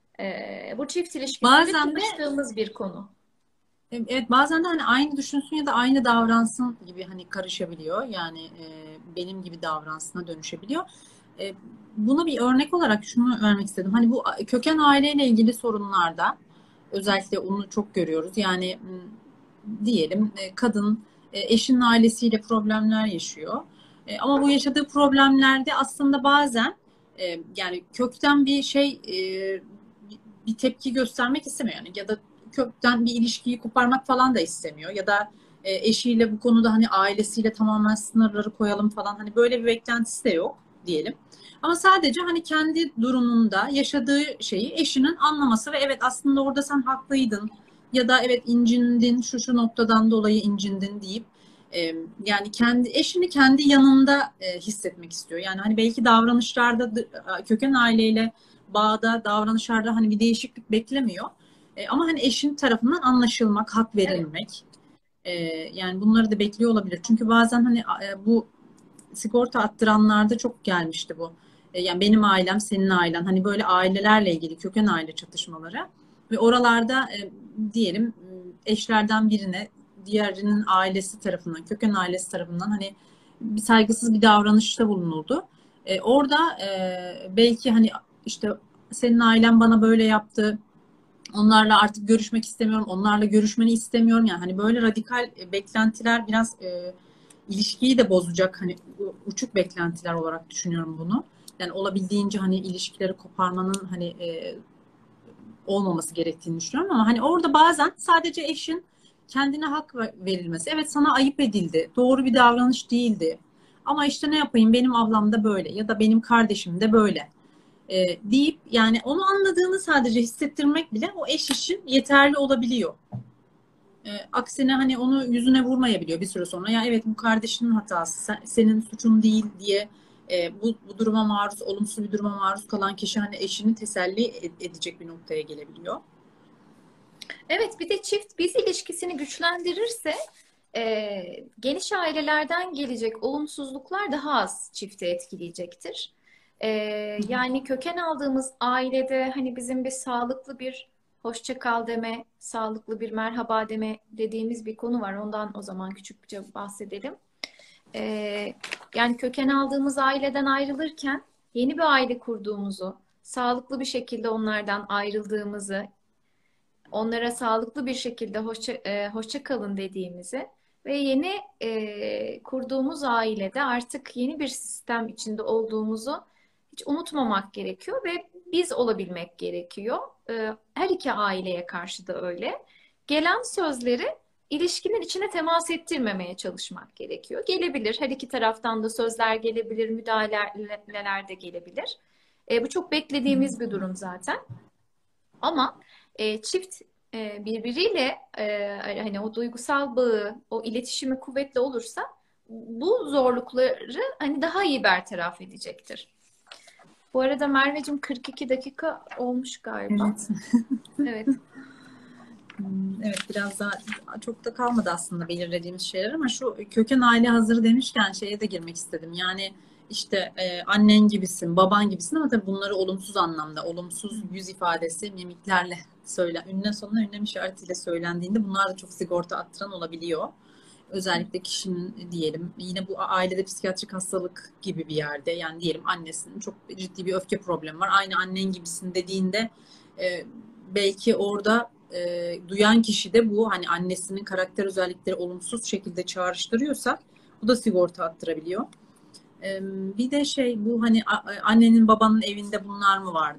Bu çift ilişkisinde Bazen de çalıştığımız bir konu. evet, bazen de hani aynı düşünsün ya da aynı davransın gibi hani karışabiliyor. Yani benim gibi davransına dönüşebiliyor. E, Buna bir örnek olarak şunu vermek istedim. Hani bu köken aileyle ilgili sorunlarda özellikle onu çok görüyoruz. Yani diyelim kadın eşinin ailesiyle problemler yaşıyor. Ama bu yaşadığı problemlerde aslında bazen yani kökten bir şey bir tepki göstermek istemiyor yani ya da kökten bir ilişkiyi koparmak falan da istemiyor ya da eşiyle bu konuda hani ailesiyle tamamen sınırları koyalım falan hani böyle bir beklentisi de yok diyelim. Ama sadece hani kendi durumunda yaşadığı şeyi eşinin anlaması ve evet aslında orada sen haklıydın ya da evet incindin şu noktadan dolayı incindin deyip yani kendi eşini kendi yanında hissetmek istiyor. Yani hani belki davranışlarda köken aileyle bağda davranışlarda hani bir değişiklik beklemiyor. Ama hani eşin tarafından anlaşılmak, hak Evet. verilmek yani bunları da bekliyor olabilir. Çünkü bazen hani bu sigorta attıranlarda çok gelmişti bu. Yani benim ailem, senin ailen hani böyle ailelerle ilgili köken aile çatışmaları ve oralarda diyelim eşlerden birine diğerinin ailesi tarafından, köken ailesi tarafından hani bir saygısız bir davranışta bulunuldu. Orada belki hani işte senin ailen bana böyle yaptı, onlarla artık görüşmek istemiyorum, onlarla görüşmeni istemiyorum. Yani hani böyle radikal beklentiler biraz ilişkiyi de bozacak hani uçuk beklentiler olarak düşünüyorum bunu. Yani olabildiğince hani ilişkileri koparmanın hani olmaması gerektiğini düşünüyorum ama hani orada bazen sadece eşin kendine hak verilmesi. Evet sana ayıp edildi. Doğru bir davranış değildi. Ama işte ne yapayım benim ablam da böyle ya da benim kardeşim de böyle deyip yani onu anladığını sadece hissettirmek bile o eş için yeterli olabiliyor. Aksine hani onu yüzüne vurmayabiliyor bir süre sonra. Ya evet bu kardeşinin hatası, senin suçun değil diye bu duruma maruz, olumsuz bir duruma maruz kalan kişi hani eşini teselli edecek bir noktaya gelebiliyor. Evet, bir de çift biz ilişkisini güçlendirirse geniş ailelerden gelecek olumsuzluklar daha az çifti etkileyecektir. E, Yani köken aldığımız ailede hani bizim bir sağlıklı bir hoşça kal deme, sağlıklı bir merhaba deme dediğimiz bir konu var. Ondan o zaman küçükçe bahsedelim. Yani köken aldığımız aileden ayrılırken yeni bir aile kurduğumuzu, sağlıklı bir şekilde onlardan ayrıldığımızı, onlara sağlıklı bir şekilde hoşça kalın dediğimizi ve yeni kurduğumuz ailede artık yeni bir sistem içinde olduğumuzu hiç unutmamak gerekiyor ve biz olabilmek gerekiyor. Her iki aileye karşı da öyle. Gelen sözleri ilişkinin içine temas ettirmemeye çalışmak gerekiyor. Gelebilir, her iki taraftan da sözler gelebilir, müdahaleler de gelebilir. Bu çok beklediğimiz bir durum zaten. Ama çift birbiriyle hani o duygusal bağı, o iletişimi kuvvetli olursa bu zorlukları hani daha iyi bertaraf edecektir. Bu arada Merveciğim 42 dakika olmuş galiba. Evet. Evet. Evet biraz daha çok da kalmadı aslında belirlediğimiz şeyler ama şu köken aile hazırı demişken şeye de girmek istedim. Yani işte annen gibisin, baban gibisin ama tabii bunları olumsuz anlamda, olumsuz yüz ifadesi, mimiklerle ünle sonuna ünlem işaretiyle söylendiğinde bunlar da çok sigorta attıran olabiliyor. Özellikle kişinin diyelim yine bu ailede psikiyatrik hastalık gibi bir yerde yani diyelim annesinin çok ciddi bir öfke problemi var. Aynı annen gibisin dediğinde belki orada duyan kişi de bu hani annesinin karakter özellikleri olumsuz şekilde çağrıştırıyorsa bu da sigorta attırabiliyor. Bir de şey bu hani annenin babanın evinde bunlar mı vardı?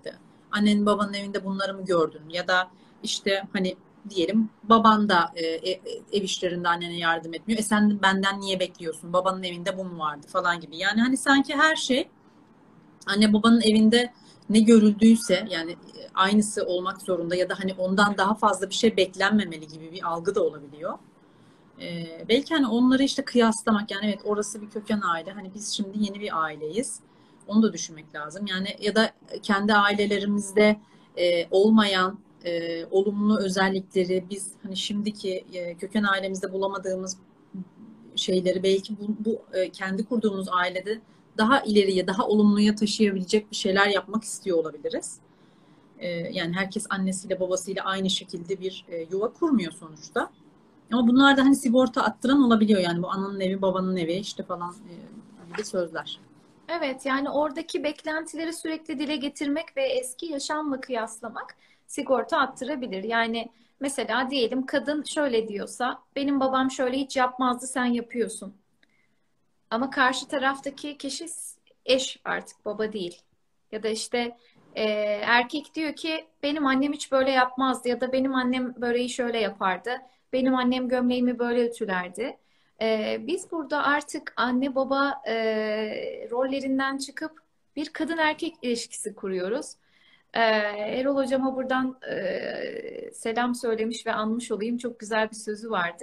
annenin babanın evinde bunları mı gördün? Ya da işte hani diyelim baban da ev işlerinde annene yardım etmiyor. Sen benden niye bekliyorsun? Babanın evinde bu mu vardı falan gibi. Yani hani sanki her şey anne babanın evinde ne görüldüyse yani aynısı olmak zorunda ya da hani ondan daha fazla bir şey beklenmemeli gibi bir algı da olabiliyor. Belki hani onları işte kıyaslamak yani evet orası bir köken aile hani biz şimdi yeni bir aileyiz. Onu da düşünmek lazım. Yani ya da kendi ailelerimizde olmayan olumlu özellikleri biz hani şimdiki köken ailemizde bulamadığımız şeyleri belki kendi kurduğumuz ailede daha ileriye, daha olumluya taşıyabilecek bir şeyler yapmak istiyor olabiliriz. Yani herkes annesiyle babasıyla aynı şekilde bir yuva kurmuyor sonuçta. Ama bunlar da hani sigorta attıran olabiliyor yani bu ananın evi, babanın evi işte falan gibi sözler. Evet, yani oradaki beklentileri sürekli dile getirmek ve eski yaşamla kıyaslamak sigorta attırabilir. Yani mesela diyelim kadın şöyle diyorsa, benim babam şöyle hiç yapmazdı, sen yapıyorsun. Ama karşı taraftaki kişi eş, artık baba değil. Ya da işte erkek diyor ki benim annem hiç böyle yapmazdı ya da benim annem böreği şöyle yapardı. Benim annem gömleğimi böyle ütülerdi. Biz burada artık anne baba rollerinden çıkıp bir kadın erkek ilişkisi kuruyoruz. Erol hocama buradan selam söylemiş ve anmış olayım. Çok güzel bir sözü vardır.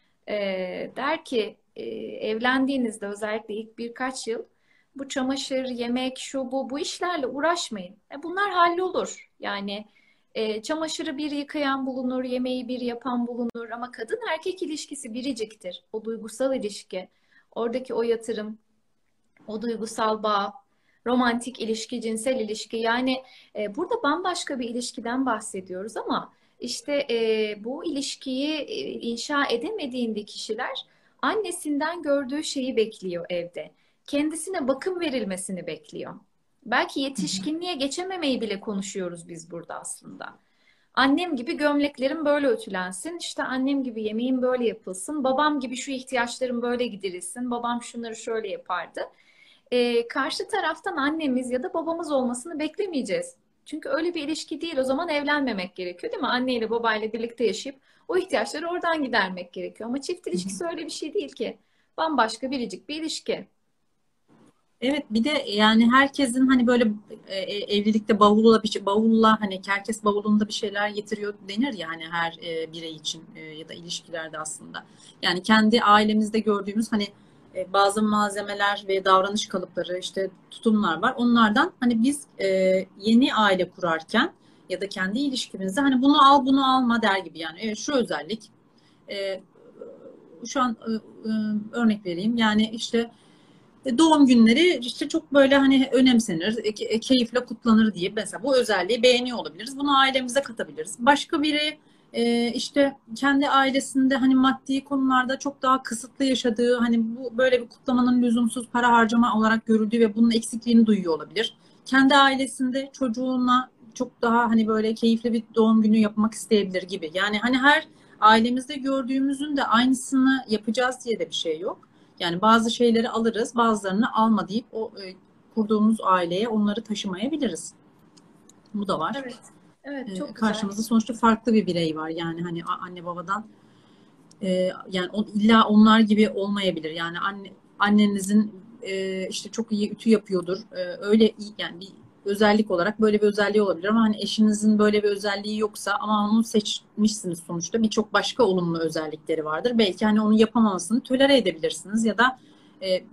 Der ki evlendiğinizde özellikle ilk birkaç yıl bu çamaşır, yemek, şu bu işlerle uğraşmayın. Bunlar hallolur. Yani çamaşırı bir yıkayan bulunur, yemeği bir yapan bulunur ama kadın erkek ilişkisi biriciktir. O duygusal ilişki, oradaki o yatırım, o duygusal bağ, romantik ilişki, cinsel ilişki. Yani burada bambaşka bir ilişkiden bahsediyoruz ama işte bu ilişkiyi inşa edemediğinde kişiler annesinden gördüğü şeyi bekliyor evde. Kendisine bakım verilmesini bekliyor. Belki yetişkinliğe geçememeyi bile konuşuyoruz biz burada aslında. Annem gibi gömleklerim böyle ütülensin, işte annem gibi yemeğim böyle yapılsın, babam gibi şu ihtiyaçlarım böyle giderilsin, babam şunları şöyle yapardı. Karşı taraftan annemiz ya da babamız olmasını beklemeyeceğiz. Çünkü öyle bir ilişki değil. O zaman evlenmemek gerekiyor, değil mi? Anneyle babayla birlikte yaşayıp o ihtiyaçları oradan gidermek gerekiyor. Ama çift ilişkisi öyle bir şey değil ki. Bambaşka biricik bir ilişki. Evet bir de yani herkesin hani böyle evlilikte bavulla hani herkes bavulunda bir şeyler getiriyor denir ya hani her birey için ya da ilişkilerde aslında. Yani kendi ailemizde gördüğümüz hani bazı malzemeler ve davranış kalıpları işte tutumlar var. Onlardan hani biz yeni aile kurarken ya da kendi ilişkimizde hani bunu al bunu alma der gibi yani evet, şu özellik e, şu an örnek vereyim yani işte doğum günleri işte çok böyle hani önemsenir, keyifle kutlanır diye mesela bu özelliği beğeniyor olabiliriz. Bunu ailemize katabiliriz. Başka biri işte kendi ailesinde hani maddi konularda çok daha kısıtlı yaşadığı hani bu böyle bir kutlamanın lüzumsuz para harcama olarak görüldüğü ve bunun eksikliğini duyuyor olabilir. Kendi ailesinde çocuğuna çok daha hani böyle keyifli bir doğum günü yapmak isteyebilir gibi. Yani hani her ailemizde gördüğümüzün de aynısını yapacağız diye de bir şey yok. Yani bazı şeyleri alırız, bazılarını alma deyip o kurduğumuz aileye onları taşımayabiliriz. Bu da var. Evet, evet çok güzel. Karşımızda sonuçta farklı bir birey var. Yani hani anne babadan yani illa onlar gibi olmayabilir. Yani annenizin işte çok iyi ütü yapıyordur. Öyle yani bir özellik olarak böyle bir özelliği olabilir ama hani eşinizin böyle bir özelliği yoksa ama onu seçmişsiniz sonuçta birçok başka olumlu özellikleri vardır. Belki hani onu yapamamasını tolere edebilirsiniz ya da e,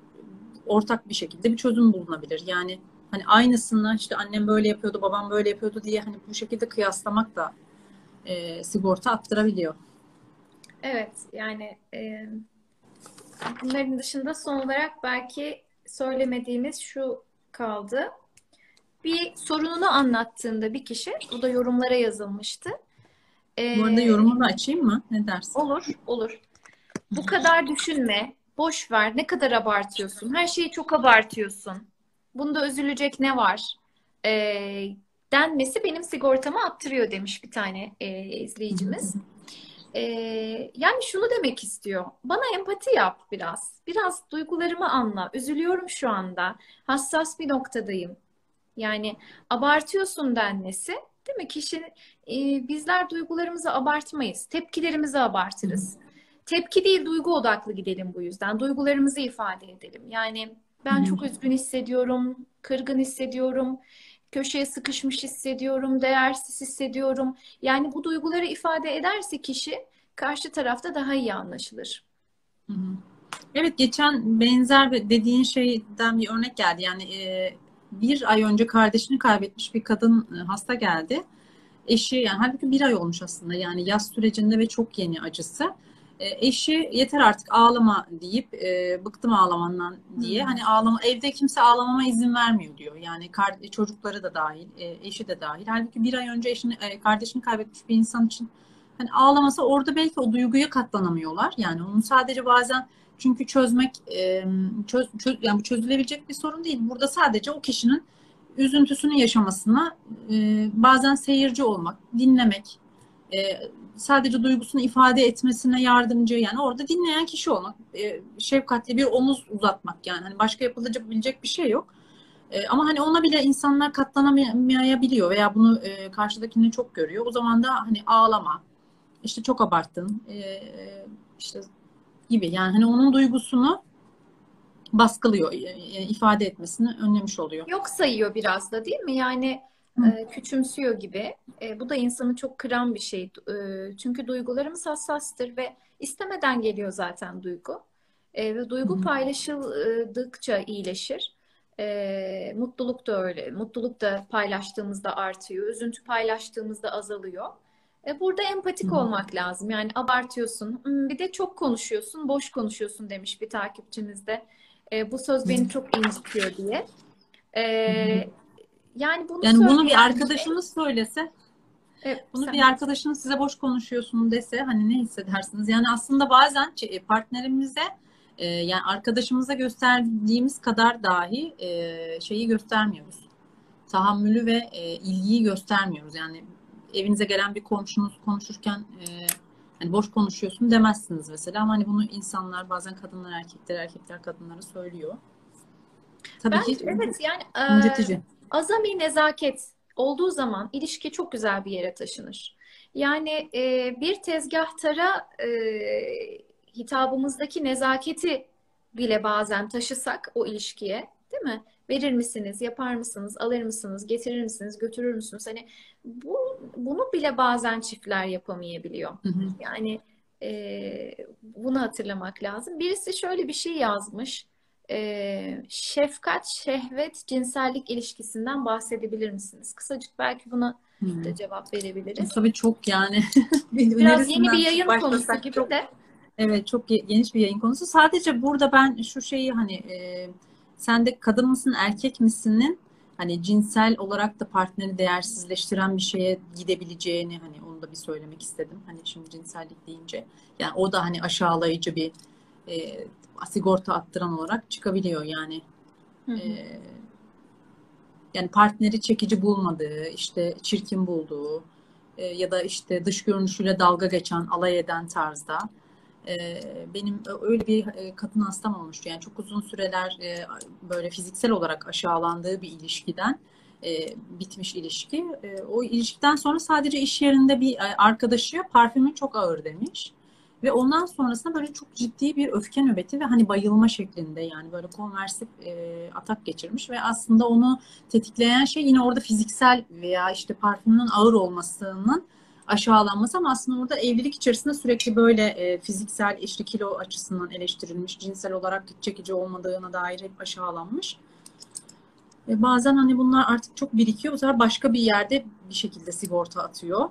ortak bir şekilde bir çözüm bulunabilir. Yani hani aynısını işte annem böyle yapıyordu, babam böyle yapıyordu diye hani bu şekilde kıyaslamak da sigorta attırabiliyor. Evet, yani bunların dışında son olarak belki söylemediğimiz şu kaldı. Bir sorununu anlattığında bir kişi, bu da yorumlara yazılmıştı. Bu arada Ee, yorumu da açayım mı? Ne dersin? olur, olur. Bu kadar düşünme, boş ver, ne kadar abartıyorsun, her şeyi çok abartıyorsun. Bunda üzülecek ne var? Ee, denmesi benim sigortamı attırıyor demiş bir tane izleyicimiz. Yani şunu demek istiyor. Bana empati yap biraz. Biraz duygularımı anla. Üzülüyorum şu anda. Hassas bir noktadayım. Yani abartıyorsun denmesi, değil mi? Bizler duygularımızı abartmayız. Tepkilerimizi Hı hı. abartırız. Tepki değil, duygu odaklı gidelim bu yüzden. Duygularımızı ifade edelim. Yani Hı ben hı. çok üzgün hissediyorum, kırgın hissediyorum, köşeye sıkışmış hissediyorum, değersiz hissediyorum. Yani bu duyguları ifade ederse kişi karşı tarafta daha iyi anlaşılır. Hı hı. Evet, geçen benzer dediğin şeyden bir örnek geldi. Yani bir ay önce kardeşini kaybetmiş bir kadın hasta geldi. Eşi, yani halbuki bir ay olmuş aslında, yani yaz sürecinde ve çok yeni acısı. Eşi yeter artık ağlama deyip bıktım ağlamandan diye, Hmm. hani ağlama, evde kimse ağlamama izin vermiyor diyor. Yani çocukları da dahil, eşi de dahil. Halbuki bir ay önce kardeşini kaybetmiş bir insan için hani ağlamasa orada belki o duyguya katlanamıyorlar. Yani onu sadece bazen, çünkü çözmek yani bu çözülebilecek bir sorun değil. Burada sadece o kişinin üzüntüsünü yaşamasına bazen seyirci olmak, dinlemek, e, sadece duygusunu ifade etmesine yardımcı, yani orada dinleyen kişi olmak, şefkatli bir omuz uzatmak, yani hani başka yapılabilecek bir şey yok. Ama hani ona bile insanlar katlanamayabiliyor veya bunu karşıdakini çok görüyor. O zaman da hani ağlama, işte çok abarttın, işte gibi, yani hani onun duygusunu baskılıyor, ifade etmesini önlemiş oluyor. Yok sayıyor biraz da, değil mi? Yani küçümsüyor gibi. Bu da insanı çok kıran bir şey. Çünkü duygularımız hassastır ve istemeden geliyor zaten duygu. Ve Hı duygu hı. paylaşıldıkça iyileşir. Mutluluk da öyle. Mutluluk da paylaştığımızda artıyor. Üzüntü paylaştığımızda azalıyor. Burada Hı empatik hı. olmak lazım. Yani abartıyorsun. Bir de çok konuşuyorsun, boş konuşuyorsun demiş bir takipçimiz de. Bu söz beni çok incitiyor diye. Hı hı. Ee, Yani bunu Yani bunu bir söyleyen şey, arkadaşınız söylese, bunu bir sen arkadaşınız size boş konuşuyorsun dese, hani ne hissedersiniz? Yani aslında bazen partnerimize, yani arkadaşımıza gösterdiğimiz kadar dahi şeyi göstermiyoruz. Tahammülü ve ilgiyi göstermiyoruz. Yani evinize gelen bir komşunuz konuşurken hani boş konuşuyorsun demezsiniz mesela, ama hani bunu insanlar, bazen kadınlar erkekler, erkekler kadınlara söylüyor. Tabii bence ki evet, yani incitici. azami nezaket olduğu zaman ilişki çok güzel bir yere taşınır. Yani bir tezgahtara hitabımızdaki nezaketi bile bazen taşısak o ilişkiye, değil mi? Verir misiniz, yapar mısınız, alır mısınız, getirir misiniz, götürür müsünüz? Hani bunu bile bazen çiftler yapamayabiliyor. Hı hı. Yani bunu hatırlamak lazım. Birisi şöyle bir şey yazmış. Şefkat, şehvet, cinsellik ilişkisinden bahsedebilir misiniz? Kısacık belki buna Hı. da cevap verebiliriz. Tabii çok, yani bir Biraz yeni bir neresinden yayın konusu başlasak gibi çok, de. evet, çok geniş bir yayın konusu. Sadece burada ben şu şeyi, hani sen de kadın mısın erkek misinin hani cinsel olarak da partneri değersizleştiren bir şeye gidebileceğini, hani onu da bir söylemek istedim. Hani şimdi cinsellik deyince, yani o da hani aşağılayıcı bir sigorta attıran olarak çıkabiliyor yani. Hı E, hı. Yani partneri çekici bulmadığı, işte çirkin bulduğu ya da işte dış görünüşüyle dalga geçen, alay eden tarzda. Benim öyle bir kadın hastam olmuştu. Yani çok uzun süreler böyle fiziksel olarak aşağılandığı bir ilişkiden bitmiş ilişki. O ilişkiden sonra sadece iş yerinde bir arkadaşı parfümün çok ağır demiş. Ve ondan sonrasında böyle çok ciddi bir öfke nöbeti ve hani bayılma şeklinde, yani böyle konversif atak geçirmiş ve aslında onu tetikleyen şey yine orada fiziksel veya işte parfümün ağır olmasının aşağılanması, ama aslında orada evlilik içerisinde sürekli böyle fiziksel, işte kilo açısından eleştirilmiş, cinsel olarak çekici olmadığına dair hep aşağılanmış. Bazen hani bunlar artık çok birikiyor. Bu sefer başka bir yerde bir şekilde sigorta atıyor.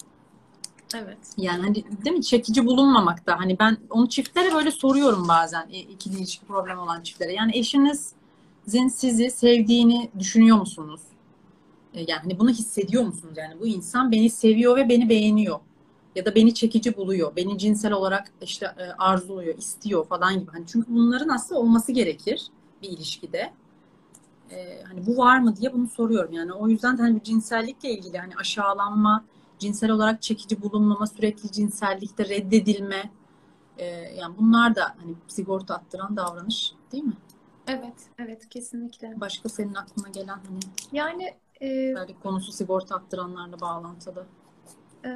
Evet. Yani hani, değil mi, çekici bulunmamakta. Hani ben onu çiftlere böyle soruyorum bazen, ikili ilişki problemi olan çiftlere. Yani eşinizin sizi sevdiğini düşünüyor musunuz? Yani hani bunu hissediyor musunuz? Yani bu insan beni seviyor ve beni beğeniyor. Ya da beni çekici buluyor. Beni cinsel olarak işte arzuluyor, istiyor falan gibi. Hani çünkü bunların aslında olması gerekir bir ilişkide. Hani bu var mı diye bunu soruyorum. Yani o yüzden de hani cinsellikle ilgili hani aşağılanma, cinsel olarak çekici bulunmama, sürekli cinsellikte reddedilme, yani bunlar da hani sigorta attıran davranış değil mi? Evet, evet. Evet, kesinlikle. Başka senin aklına gelen hani Yani böyle konusu sigorta attıranlarla bağlantılı e,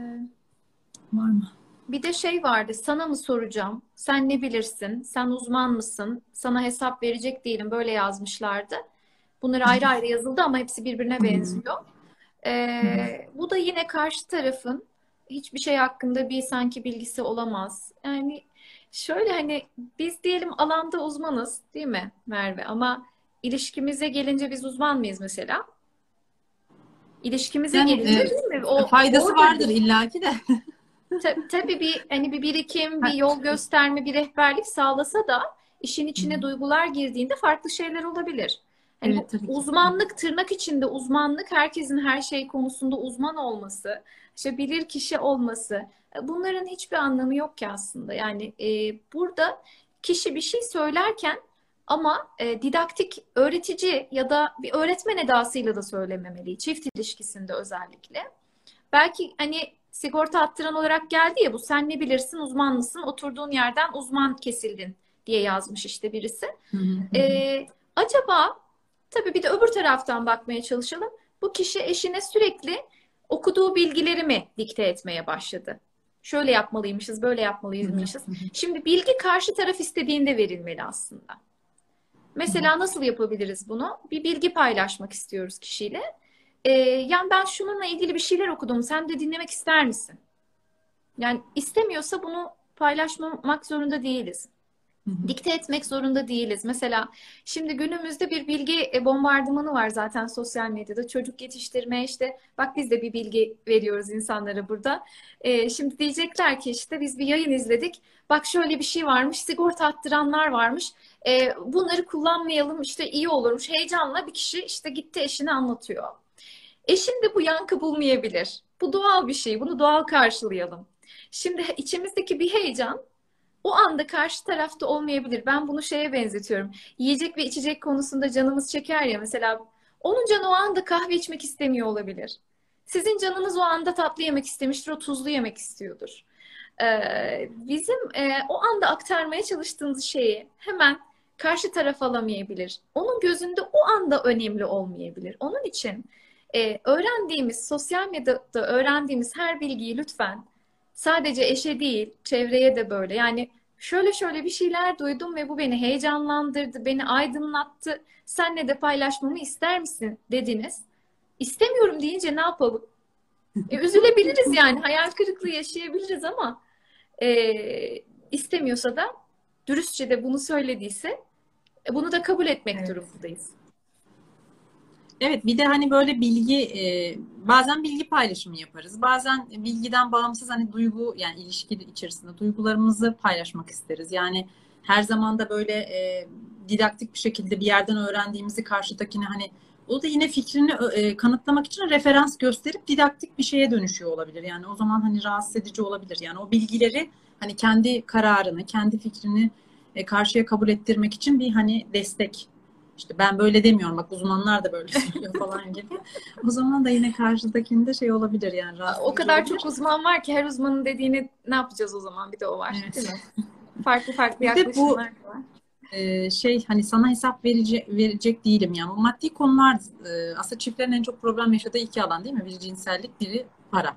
var mı? bir de şey vardı, sana mı soracağım? Sen ne bilirsin? Sen uzman mısın? Sana hesap verecek değilim. Böyle yazmışlardı. Bunlar ayrı ayrı yazıldı ama hepsi birbirine Hı hı. benziyor. Hı hı. Bu da yine karşı tarafın hiçbir şey hakkında bir sanki bilgisi olamaz. Yani şöyle hani biz diyelim alanda uzmanız, değil mi Merve? Ama ilişkimize gelince biz uzman mıyız mesela? İlişkimize Yani gelince değil mi? O faydası orada vardır illaki de. tabii bir hani bir birikim, bir Ha, yol gösterme, bir rehberlik sağlasa da işin hı hı. içine duygular girdiğinde farklı şeyler olabilir. Hani bu Evet tabii ki. Hı hı. uzmanlık tırnak içinde uzmanlık herkesin her şey konusunda uzman olması, işte bilir kişi olması bunların hiçbir anlamı yok ki aslında. Yani burada kişi bir şey söylerken ama didaktik öğretici ya da bir öğretmen edasıyla da söylememeli. Çift ilişkisinde özellikle. Belki hani sigorta attıran olarak geldi ya bu sen ne bilirsin uzman mısın oturduğun yerden uzman kesildin diye yazmış işte birisi. Hı hı. Hı hı. Acaba tabii bir de öbür taraftan bakmaya çalışalım. Bu kişi eşine sürekli okuduğu bilgileri mi dikte etmeye başladı? Şöyle yapmalıymışız, böyle Hı hı. yapmalıymışız. Hı hı. Şimdi bilgi karşı taraf istediğinde verilmeli aslında. Hı hı. Mesela nasıl yapabiliriz bunu? Bir bilgi paylaşmak istiyoruz kişiyle. Yani ben şununla ilgili bir şeyler okudum. Sen de dinlemek ister misin? Yani istemiyorsa bunu paylaşmamak zorunda değiliz. Hı hı. Dikte etmek zorunda değiliz. Mesela şimdi günümüzde bir bilgi bombardımanı var zaten sosyal medyada. Çocuk yetiştirme işte bak biz de bir bilgi veriyoruz insanlara burada. Şimdi diyecekler ki işte biz bir yayın izledik. Bak şöyle bir şey varmış, sigorta attıranlar varmış. Bunları kullanmayalım işte iyi olurmuş. Heyecanla bir kişi işte gitti eşine anlatıyor. Eşinde bu yankı bulmayabilir. Bu doğal bir şey. Bunu doğal karşılayalım. Şimdi içimizdeki bir heyecan o anda karşı tarafta olmayabilir. Ben bunu şeye benzetiyorum. Yiyecek ve içecek konusunda canımız çeker ya mesela onun canı o anda kahve içmek istemiyor olabilir. Sizin canınız o anda tatlı yemek istemiştir, o tuzlu yemek istiyordur. Bizim o anda aktarmaya çalıştığımız şeyi hemen karşı taraf alamayabilir. Onun gözünde o anda önemli olmayabilir. Onun için öğrendiğimiz, sosyal medyada öğrendiğimiz her bilgiyi lütfen sadece eşe değil, çevreye de böyle. Yani şöyle şöyle bir şeyler duydum ve bu beni heyecanlandırdı, beni aydınlattı. Senle de paylaşmamı ister misin dediniz. İstemiyorum deyince ne yapalım? Üzülebiliriz yani, hayal kırıklığı yaşayabiliriz ama istemiyorsa da dürüstçe de bunu söylediyse bunu da kabul etmek Evet. durumundayız. Evet, bir de hani böyle bilgi bazen bilgi paylaşımı yaparız. Bazen bilgiden bağımsız hani duygu yani ilişki içerisinde duygularımızı paylaşmak isteriz. Yani her zaman da böyle didaktik bir şekilde bir yerden öğrendiğimizi karşıdakine hani o da yine fikrini kanıtlamak için referans gösterip didaktik bir şeye dönüşüyor olabilir. Yani o zaman hani rahatsız edici olabilir. Yani o bilgileri hani kendi kararını, kendi fikrini karşıya kabul ettirmek için bir hani destek. İşte ben böyle demiyorum bak uzmanlar da böyle söylüyor falan gibi. O zaman da yine karşıdakinde şey olabilir yani rahatsız O edici kadar çok olabilir. uzman var ki her uzmanın dediğini ne yapacağız o zaman? Bir de o var, değil Evet. mi? Farklı farklı Bir de bu yaklaşımlar da var. şey hani sana hesap verecek değilim yani. Bu maddi konular aslında çiftlerin en çok problem yaşadığı iki alan değil mi? Biri cinsellik, biri para.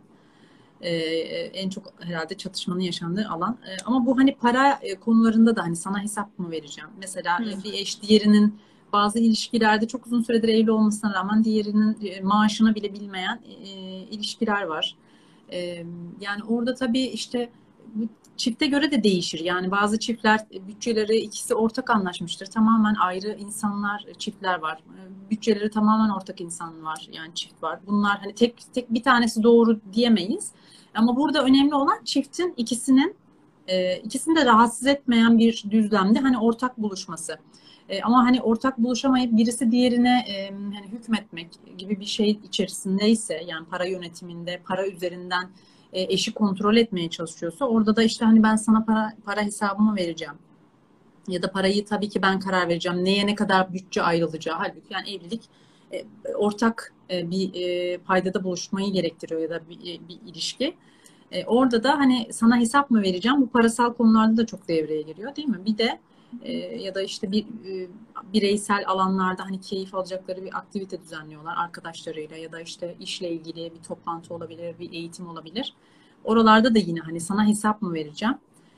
En çok herhalde çatışmanın yaşandığı alan. Ama bu hani para konularında da hani sana hesap mı vereceğim? Mesela Hmm. bir eş diğerinin bazı ilişkilerde çok uzun süredir evli olmasına rağmen diğerinin maaşını bile bilmeyen ilişkiler var. Yani orada tabii işte bu çifte göre de değişir. Yani bazı çiftler bütçeleri ikisi ortak anlaşmıştır. Tamamen ayrı insanlar, çiftler var. Bütçeleri tamamen ortak insan var. Yani çift var. Bunlar hani tek bir tanesi doğru diyemeyiz. Ama burada önemli olan çiftin ikisini de rahatsız etmeyen bir düzlemde hani ortak buluşması. Ama hani ortak buluşamayıp birisi diğerine hani hükmetmek gibi bir şey içerisindeyse yani para yönetiminde para üzerinden eşi kontrol etmeye çalışıyorsa orada da işte hani ben sana para hesabımı vereceğim. Ya da parayı tabii ki ben karar vereceğim. Neye ne kadar bütçe ayrılacağı. Halbuki yani evlilik ortak bir paydada buluşmayı gerektiriyor ya da bir ilişki. Orada da hani sana hesap mı vereceğim? Bu parasal konularda da çok devreye giriyor değil mi? Bir de ya da işte bireysel alanlarda hani keyif alacakları bir aktivite düzenliyorlar arkadaşlarıyla ya da işte işle ilgili bir toplantı olabilir, bir eğitim olabilir. Oralarda da yine hani sana hesap mı vereceğim?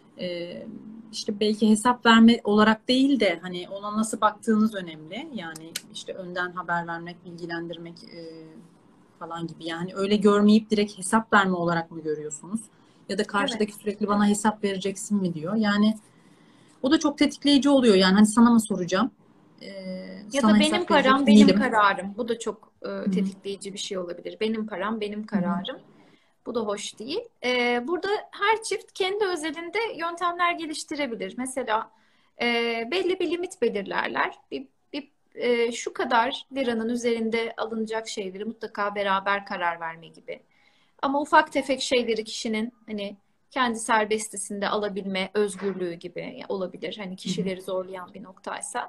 İşte belki hesap verme olarak değil de hani ona nasıl baktığınız önemli. Yani işte önden haber vermek, bilgilendirmek falan gibi. Yani öyle görmeyip direkt hesap verme olarak mı görüyorsunuz? Ya da Evet. karşıdaki sürekli bana hesap vereceksin mi diyor. Yani o da çok tetikleyici oluyor. Yani hani sana mı soracağım? Ya Sana da benim hesap verecek param, benim değilim. kararım. Bu da çok Hı hı, tetikleyici bir şey olabilir. Benim param, benim hı hı, kararım. Bu da hoş değil. Burada her çift kendi özelinde yöntemler geliştirebilir. Mesela belli bir limit belirlerler. Şu kadar liranın üzerinde alınacak şeyleri mutlaka beraber karar verme gibi. Ama ufak tefek şeyleri kişinin hani kendi serbestisinde alabilme özgürlüğü gibi olabilir. Hani hı hı, kişileri zorlayan bir noktaysa.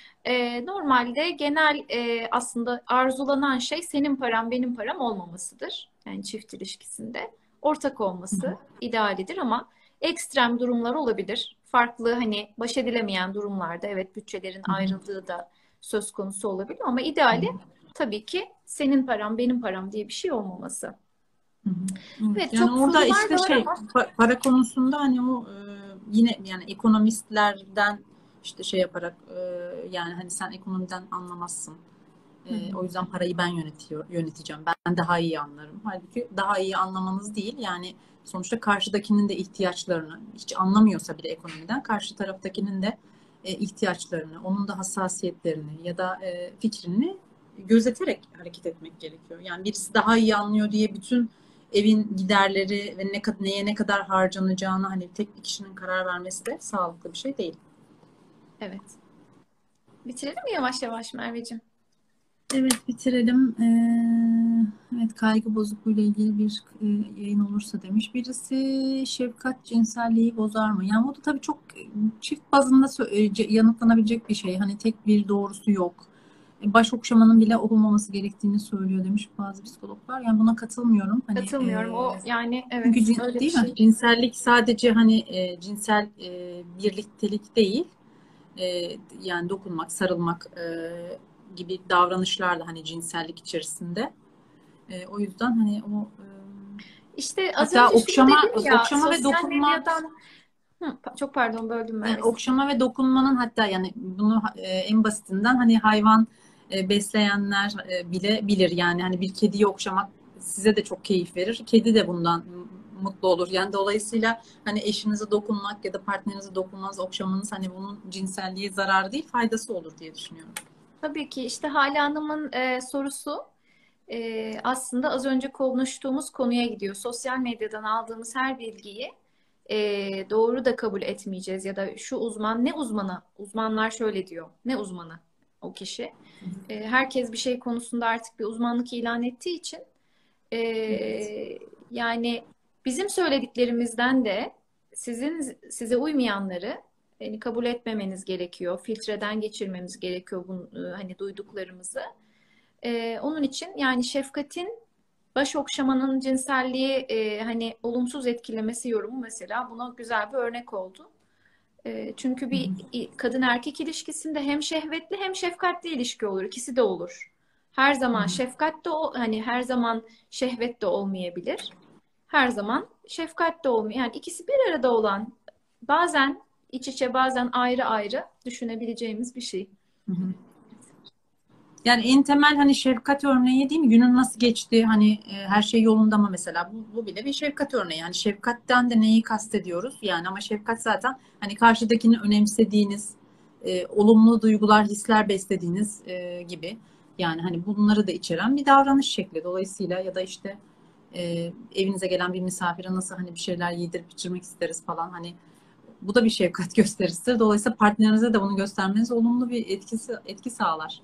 Normalde genel aslında arzulanan şey senin param benim param olmamasıdır. Yani çift ilişkisinde ortak hı hı, olması idealidir ama ekstrem durumlar olabilir. Farklı hani baş edilemeyen durumlarda evet bütçelerin hı hı, ayrıldığı da söz konusu olabilir ama hı ideali hı. tabii ki senin param benim param diye bir şey olmaması. Hı hı. Evet, Evet yani çok orada sorular işte da var şey ama para konusunda hani o yine yani ekonomistlerden işte şey yaparak yani hani sen ekonomiden anlamazsın. hı hı, O yüzden parayı ben yöneteceğim. Ben daha iyi anlarım. Halbuki daha iyi anlamanız değil. Yani sonuçta karşıdakinin de ihtiyaçlarını hiç anlamıyorsa bile ekonomiden karşı taraftakinin de ihtiyaçlarını, onun da hassasiyetlerini ya da fikrini gözeterek hareket etmek gerekiyor. Yani birisi daha iyi anlıyor diye bütün evin giderleri ve neye ne kadar harcanacağını hani tek bir kişinin karar vermesi de sağlıklı bir şey değil. evet. Bitirelim mi yavaş yavaş Merveciğim? Evet bitirelim. Evet kaygı bozukluğuyla ilgili bir yayın olursa demiş. Birisi şefkat cinselliği bozar mı? Yani bu da tabii çok çift bazında yanıtlanabilecek bir şey. Hani tek bir doğrusu yok. Baş okşamanın bile olmaması gerektiğini söylüyor demiş bazı psikologlar. Yani buna katılmıyorum. Hani Katılmıyorum. O yani çünkü evet öyle bir değil mi? şey. Cinsellik sadece hani cinsel birliktelik değil. Yani dokunmak, sarılmak gibi davranışlar da hani cinsellik içerisinde. O yüzden hani o İşte az hatta önce şunu dedim ya okşama ve sosyal dokunma medyadan çok pardon böldüm yani Merve seni. okşama ve dokunmanın hatta yani bunu en basitinden hani hayvan besleyenler bile bilir. Yani hani bir kediyi okşamak size de çok keyif verir. Kedi de bundan mutlu olur. Yani dolayısıyla hani eşinize dokunmak ya da partnerinize dokunmanız, okşamanız hani bunun cinselliğe zararı değil, faydası olur diye düşünüyorum. Tabii ki işte Hale Hanım'ın sorusu aslında az önce konuştuğumuz konuya gidiyor. Sosyal medyadan aldığımız her bilgiyi doğru da kabul etmeyeceğiz ya da şu uzman ne uzmanı? Uzmanlar şöyle diyor. Ne uzmanı o kişi? Herkes bir şey konusunda artık bir uzmanlık ilan ettiği için Evet. yani bizim söylediklerimizden de size uymayanları hani kabul etmemeniz gerekiyor. Filtreden geçirmemiz gerekiyor bunu, hani duyduklarımızı. Onun için yani şefkatin baş okşamanın cinselliği hani olumsuz etkilemesi yorumu mesela buna güzel bir örnek oldu. Çünkü Hı bir hı. kadın erkek ilişkisinde hem şehvetli hem şefkatli ilişki olur. İkisi de olur. Her Hı zaman hı. şefkat de hani her zaman şehvet de olmayabilir. Her zaman şefkat de olmuyor. Yani ikisi bir arada olan bazen iç içe bazen ayrı ayrı düşünebileceğimiz bir şey. Hı hı. Yani en temel hani şefkat örneği değil mi? Günün nasıl geçti? Hani her şey yolunda mı mesela? Bu bile bir şefkat örneği. Yani şefkatten de neyi kastediyoruz? Yani ama şefkat zaten hani karşıdakini önemsediğiniz, olumlu duygular, hisler beslediğiniz gibi. Yani hani bunları da içeren bir davranış şekli. Dolayısıyla ya da işte evinize gelen bir misafire nasıl hani bir şeyler yedirip içirmek isteriz falan. Hani bu da bir şefkat gösterisidir. Dolayısıyla partnerinize de bunu göstermeniz olumlu bir etki sağlar.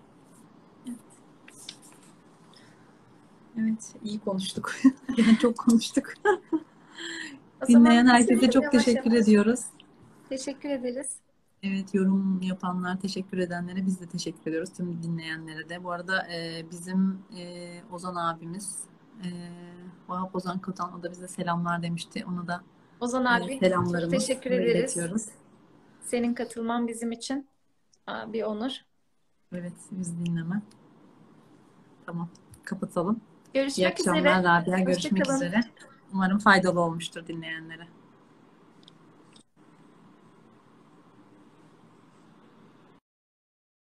Evet, iyi konuştuk. Yani çok konuştuk. O Dinleyen zaman herkese bitirelim çok yavaş teşekkür yavaş. ediyoruz. Teşekkür ederiz. Evet, yorum yapanlar, teşekkür edenlere biz de teşekkür ediyoruz. Tüm dinleyenlere de. Bu arada bizim Ozan abimiz, e, Vahap Ozan Kotan, o da bize selamlar demişti. Ona da Ozan abi çok selamlarımızı teşekkür ederiz. iletiyoruz. Senin katılman bizim için bir onur. Evet, yüz dinleme. Tamam, kapatalım. İyi Görüşmek akşamlar üzere. Rabia. Hoşça Görüşmek kalın. üzere. Umarım faydalı olmuştur dinleyenlere.